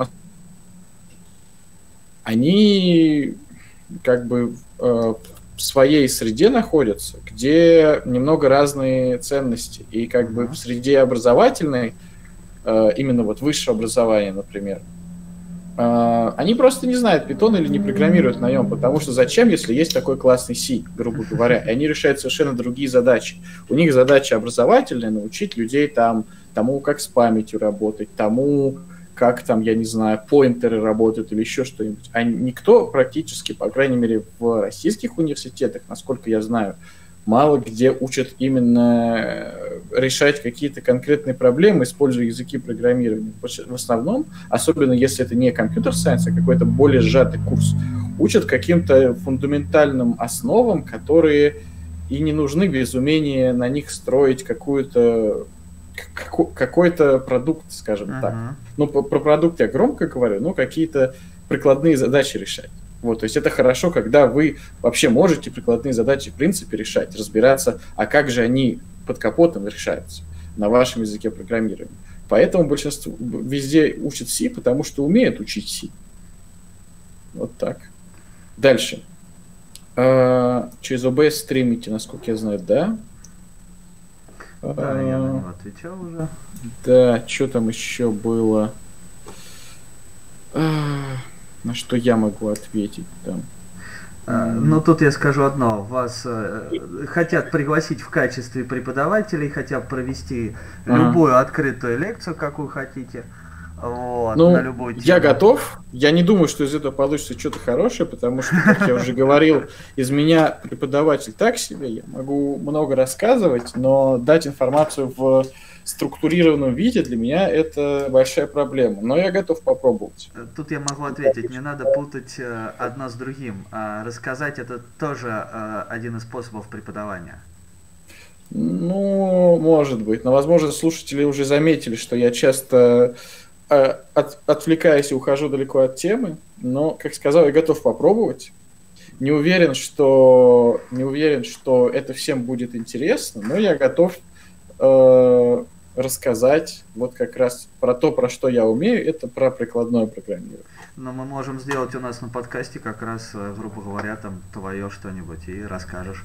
они как бы в своей среде находятся, где немного разные ценности. И как бы в среде образовательной, именно вот высшее образование, например, они просто не знают Python или не программируют на нем, потому что зачем, если есть такой классный C, грубо говоря, и они решают совершенно другие задачи. У них задача образовательная — научить людей тому, как с памятью работать, тому, как там, я не знаю, поинтеры работают или еще что-нибудь. А никто практически, по крайней мере, в российских университетах, насколько я знаю, мало где учат именно решать какие-то конкретные проблемы, используя языки программирования. В основном, особенно если это не компьютер сайенс, а какой-то более сжатый курс, учат каким-то фундаментальным основам, которые и не нужны без умения на них строить какой-то продукт, скажем так. Ну, про продукт я громко говорю, но какие-то прикладные задачи решать. Вот, то есть это хорошо, когда вы вообще можете прикладные задачи в принципе решать, разбираться, а как же они под капотом решаются на вашем языке программирования. Поэтому большинство везде учат C, потому что умеют учить C. Вот так. Дальше. Через OBS стримите, насколько я знаю, да? Да, я на него отвечал уже. Да, что там еще было? На что я могу ответить там? Ну, тут я скажу одно. Вас хотят пригласить в качестве преподавателей, хотят провести любую открытую лекцию, какую хотите. Вот, ну, на любую тему. Я готов. Я не думаю, что из этого получится что-то хорошее, потому что, как я уже говорил, из меня преподаватель так себе. Я могу много рассказывать, но дать информацию в структурированном виде для меня это большая проблема. Но я готов попробовать. Тут я могу ответить, не надо путать одно с другим. Рассказать — это тоже один из способов преподавания. Ну, может быть. Но, возможно, слушатели уже заметили, что я часто отвлекаюсь и ухожу далеко от темы, но, как сказал, я готов попробовать. Не уверен, что это всем будет интересно, но я готов рассказать вот как раз про то, про что я умею, это про прикладное программирование. Но мы можем сделать у нас на подкасте как раз, грубо говоря, там твое что-нибудь и расскажешь.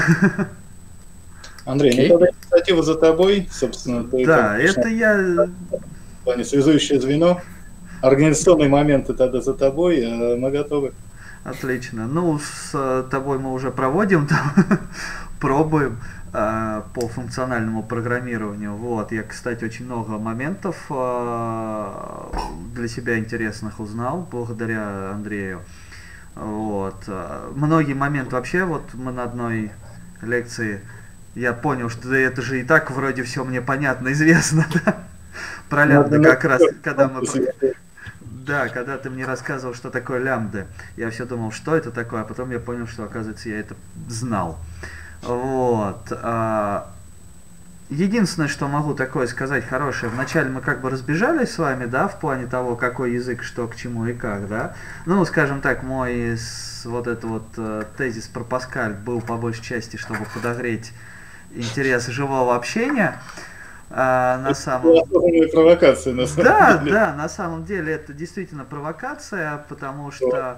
Андрей, ну тогда инициатива за тобой, собственно. Ты да, это я... В плане связующее звено. Организационные моменты тогда за тобой, а мы готовы. Отлично. Ну, с тобой мы уже проводим, там, пробуем по функциональному программированию. Вот. Я, кстати, очень много моментов для себя интересных узнал благодаря Андрею. Вот. Многие моменты вообще, вот мы на одной лекции, я понял, что да, это же и так вроде все мне понятно, известно, да? Про лямбды как раз, когда мы... Да, когда ты мне рассказывал, что такое лямбды, я все думал, что это такое, а потом я понял, что, оказывается, я это знал. Вот. Единственное, что могу такое сказать хорошее, вначале мы как бы разбежались с вами, да, в плане того, какой язык, что, к чему и как, да. Ну, скажем так, мой вот этот вот тезис про Паскаль был по большей части, чтобы подогреть интерес живого общения. На самом... провокация, на самом деле. Да, на самом деле это действительно провокация, потому что,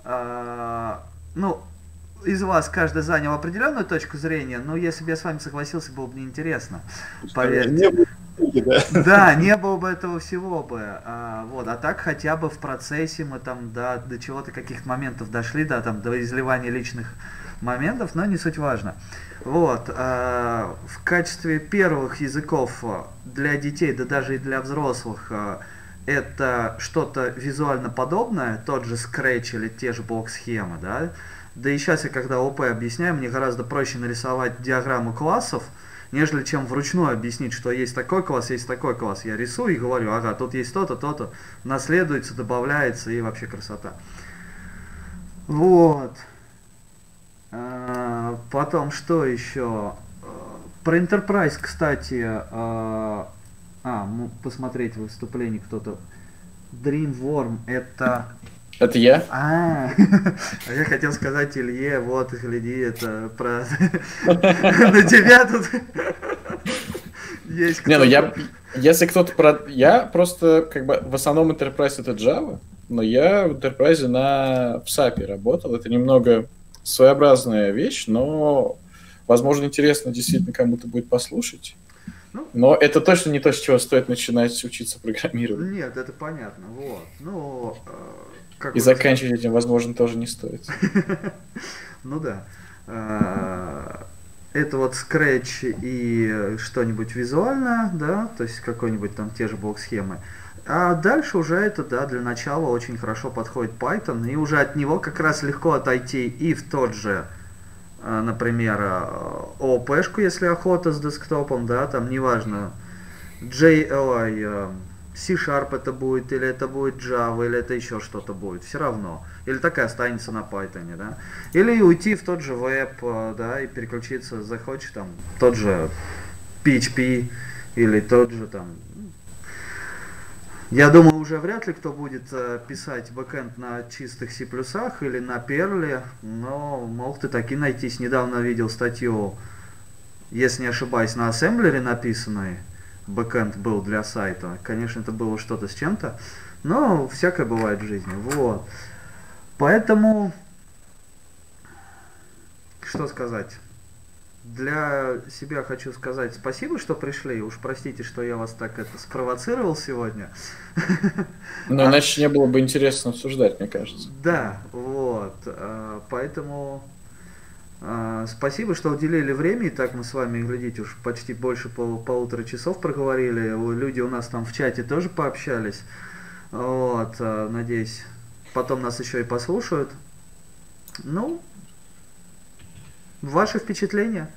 ну, из вас каждый занял определенную точку зрения, но если бы я с вами согласился, было бы неинтересно, поверьте. Да, не было бы этого всего бы. Вот, а так хотя бы в процессе мы там до чего-то, каких-то моментов дошли, да, там до изливания личных моментов, но не суть важно. Вот, в качестве первых языков для детей, да даже и для взрослых, это что-то визуально подобное, тот же Scratch или те же блок-схемы, да. Да и сейчас я, когда ОП объясняю, мне гораздо проще нарисовать диаграмму классов, нежели чем вручную объяснить, что есть такой класс, есть такой класс. Я рисую и говорю, ага, тут есть то-то, то-то, наследуется, добавляется и вообще красота. Вот. Потом, что еще? Про Enterprise, кстати, посмотреть выступление кто-то. Dreamworm, это... Это я? Я хотел сказать Илье, вот, гляди, это про... На тебя тут есть кто-то. Не, ну если кто-то про... Я просто, как бы, в основном Enterprise это Java, но я в Enterprise в SAP работал. Это немного своеобразная вещь, но, возможно, интересно действительно кому-то будет послушать. Но это точно не то, с чего стоит начинать учиться программировать. Нет, это понятно, вот. Ну... И заканчивать этим, возможно, тоже не стоит. Ну да. Это вот Scratch и что-нибудь визуальное, да, то есть какой-нибудь там те же блок-схемы. А дальше уже это, да, для начала очень хорошо подходит Python, и уже от него как раз легко отойти и в тот же, например, ООП-шку, если охота с десктопом, да, там неважно, C-Sharp это будет, или это будет Java, или это еще что-то будет, все равно. Или так и останется на Python, да. Или уйти в тот же веб, да, и переключиться, захочешь там, тот же PHP, или тот же там... Я думаю, уже вряд ли кто будет писать бэкэнд на чистых C++ или на Perl, но мог ты таки найтись. Недавно видел статью, если не ошибаюсь, на ассемблере написанной. Бэкэнд был для сайта. Конечно, это было что-то с чем-то, но всякое бывает в жизни. Вот. Поэтому, что сказать? Для себя хочу сказать спасибо, что пришли. Уж простите, что я вас так спровоцировал сегодня. Но иначе не было бы интересно обсуждать, мне кажется. Да, вот. Поэтому... Спасибо, что уделили время, и так мы с вами, глядите, уж почти больше полутора часов проговорили. Люди у нас там в чате тоже пообщались. Вот, надеюсь, потом нас еще и послушают. Ну, ваши впечатления?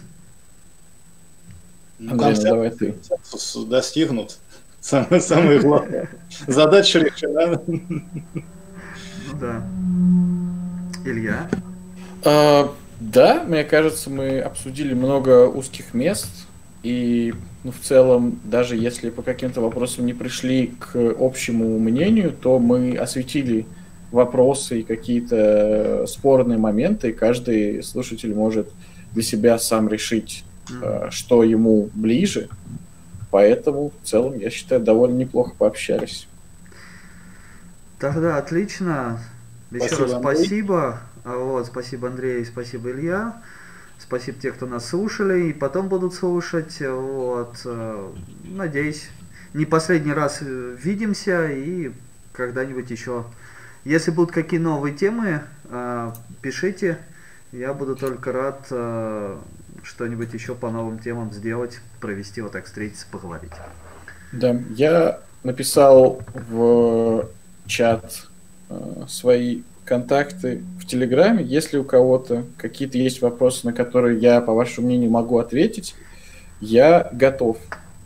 Андрей, ну давай ты. Достигнут. Самое главное. Задача решена. Ну да. Илья? Да, мне кажется, мы обсудили много узких мест, И ну, в целом, даже если по каким-то вопросам не пришли к общему мнению, то мы осветили вопросы и какие-то спорные моменты, и каждый слушатель может для себя сам решить, что ему ближе. Поэтому в целом, я считаю, довольно неплохо пообщались. Тогда отлично. Еще Спасибо, раз Андрей. спасибо. Вот, спасибо, Андрей, спасибо, Илья. Спасибо те, кто нас слушали и потом будут слушать. Вот. Надеюсь, не последний раз видимся и когда-нибудь еще. Если будут какие новые темы, пишите. Я буду только рад что-нибудь еще по новым темам сделать, провести, вот так встретиться, поговорить. Да, я написал в чат свои контакты в Телеграме. Если у кого-то какие-то есть вопросы, на которые я, по вашему мнению, могу ответить, я готов.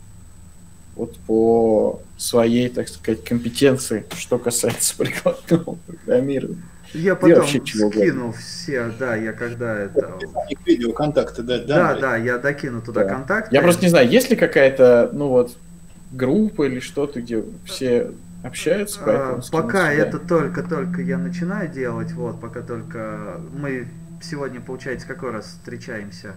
Вот по своей, так сказать, компетенции, что касается прикладного программирования. Я потом скину все, да, я когда это... Видео контакты дать, да? Да, я докину туда контакты. Я просто не знаю, есть ли какая-то, ну вот, группа или что-то, где все общаются, поэтому пока это только я начинаю делать, вот, пока только мы сегодня, получается, какой раз встречаемся?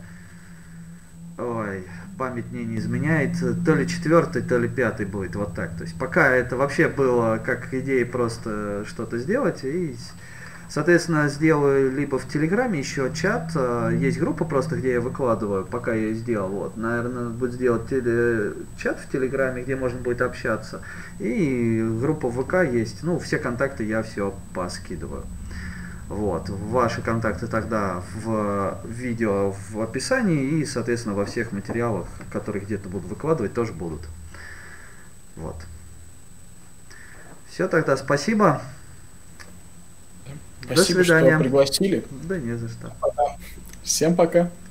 Ой, память мне не изменяет, то ли 4-й, то ли 5-й будет, вот так. То есть пока это вообще было как идея просто что-то сделать, и, соответственно, сделаю либо в Телеграме еще чат, есть группа просто, где я выкладываю, пока я ее сделал, вот, наверное, будет сделать чат в Телеграме, где можно будет общаться, и группа в ВК есть, ну, все контакты я все поскидываю. Вот, ваши контакты тогда в видео в описании и, соответственно, во всех материалах, которые где-то буду выкладывать, тоже будут. Вот. Все, тогда спасибо. Спасибо, до свидания. Что пригласили. Да не за что. Всем пока.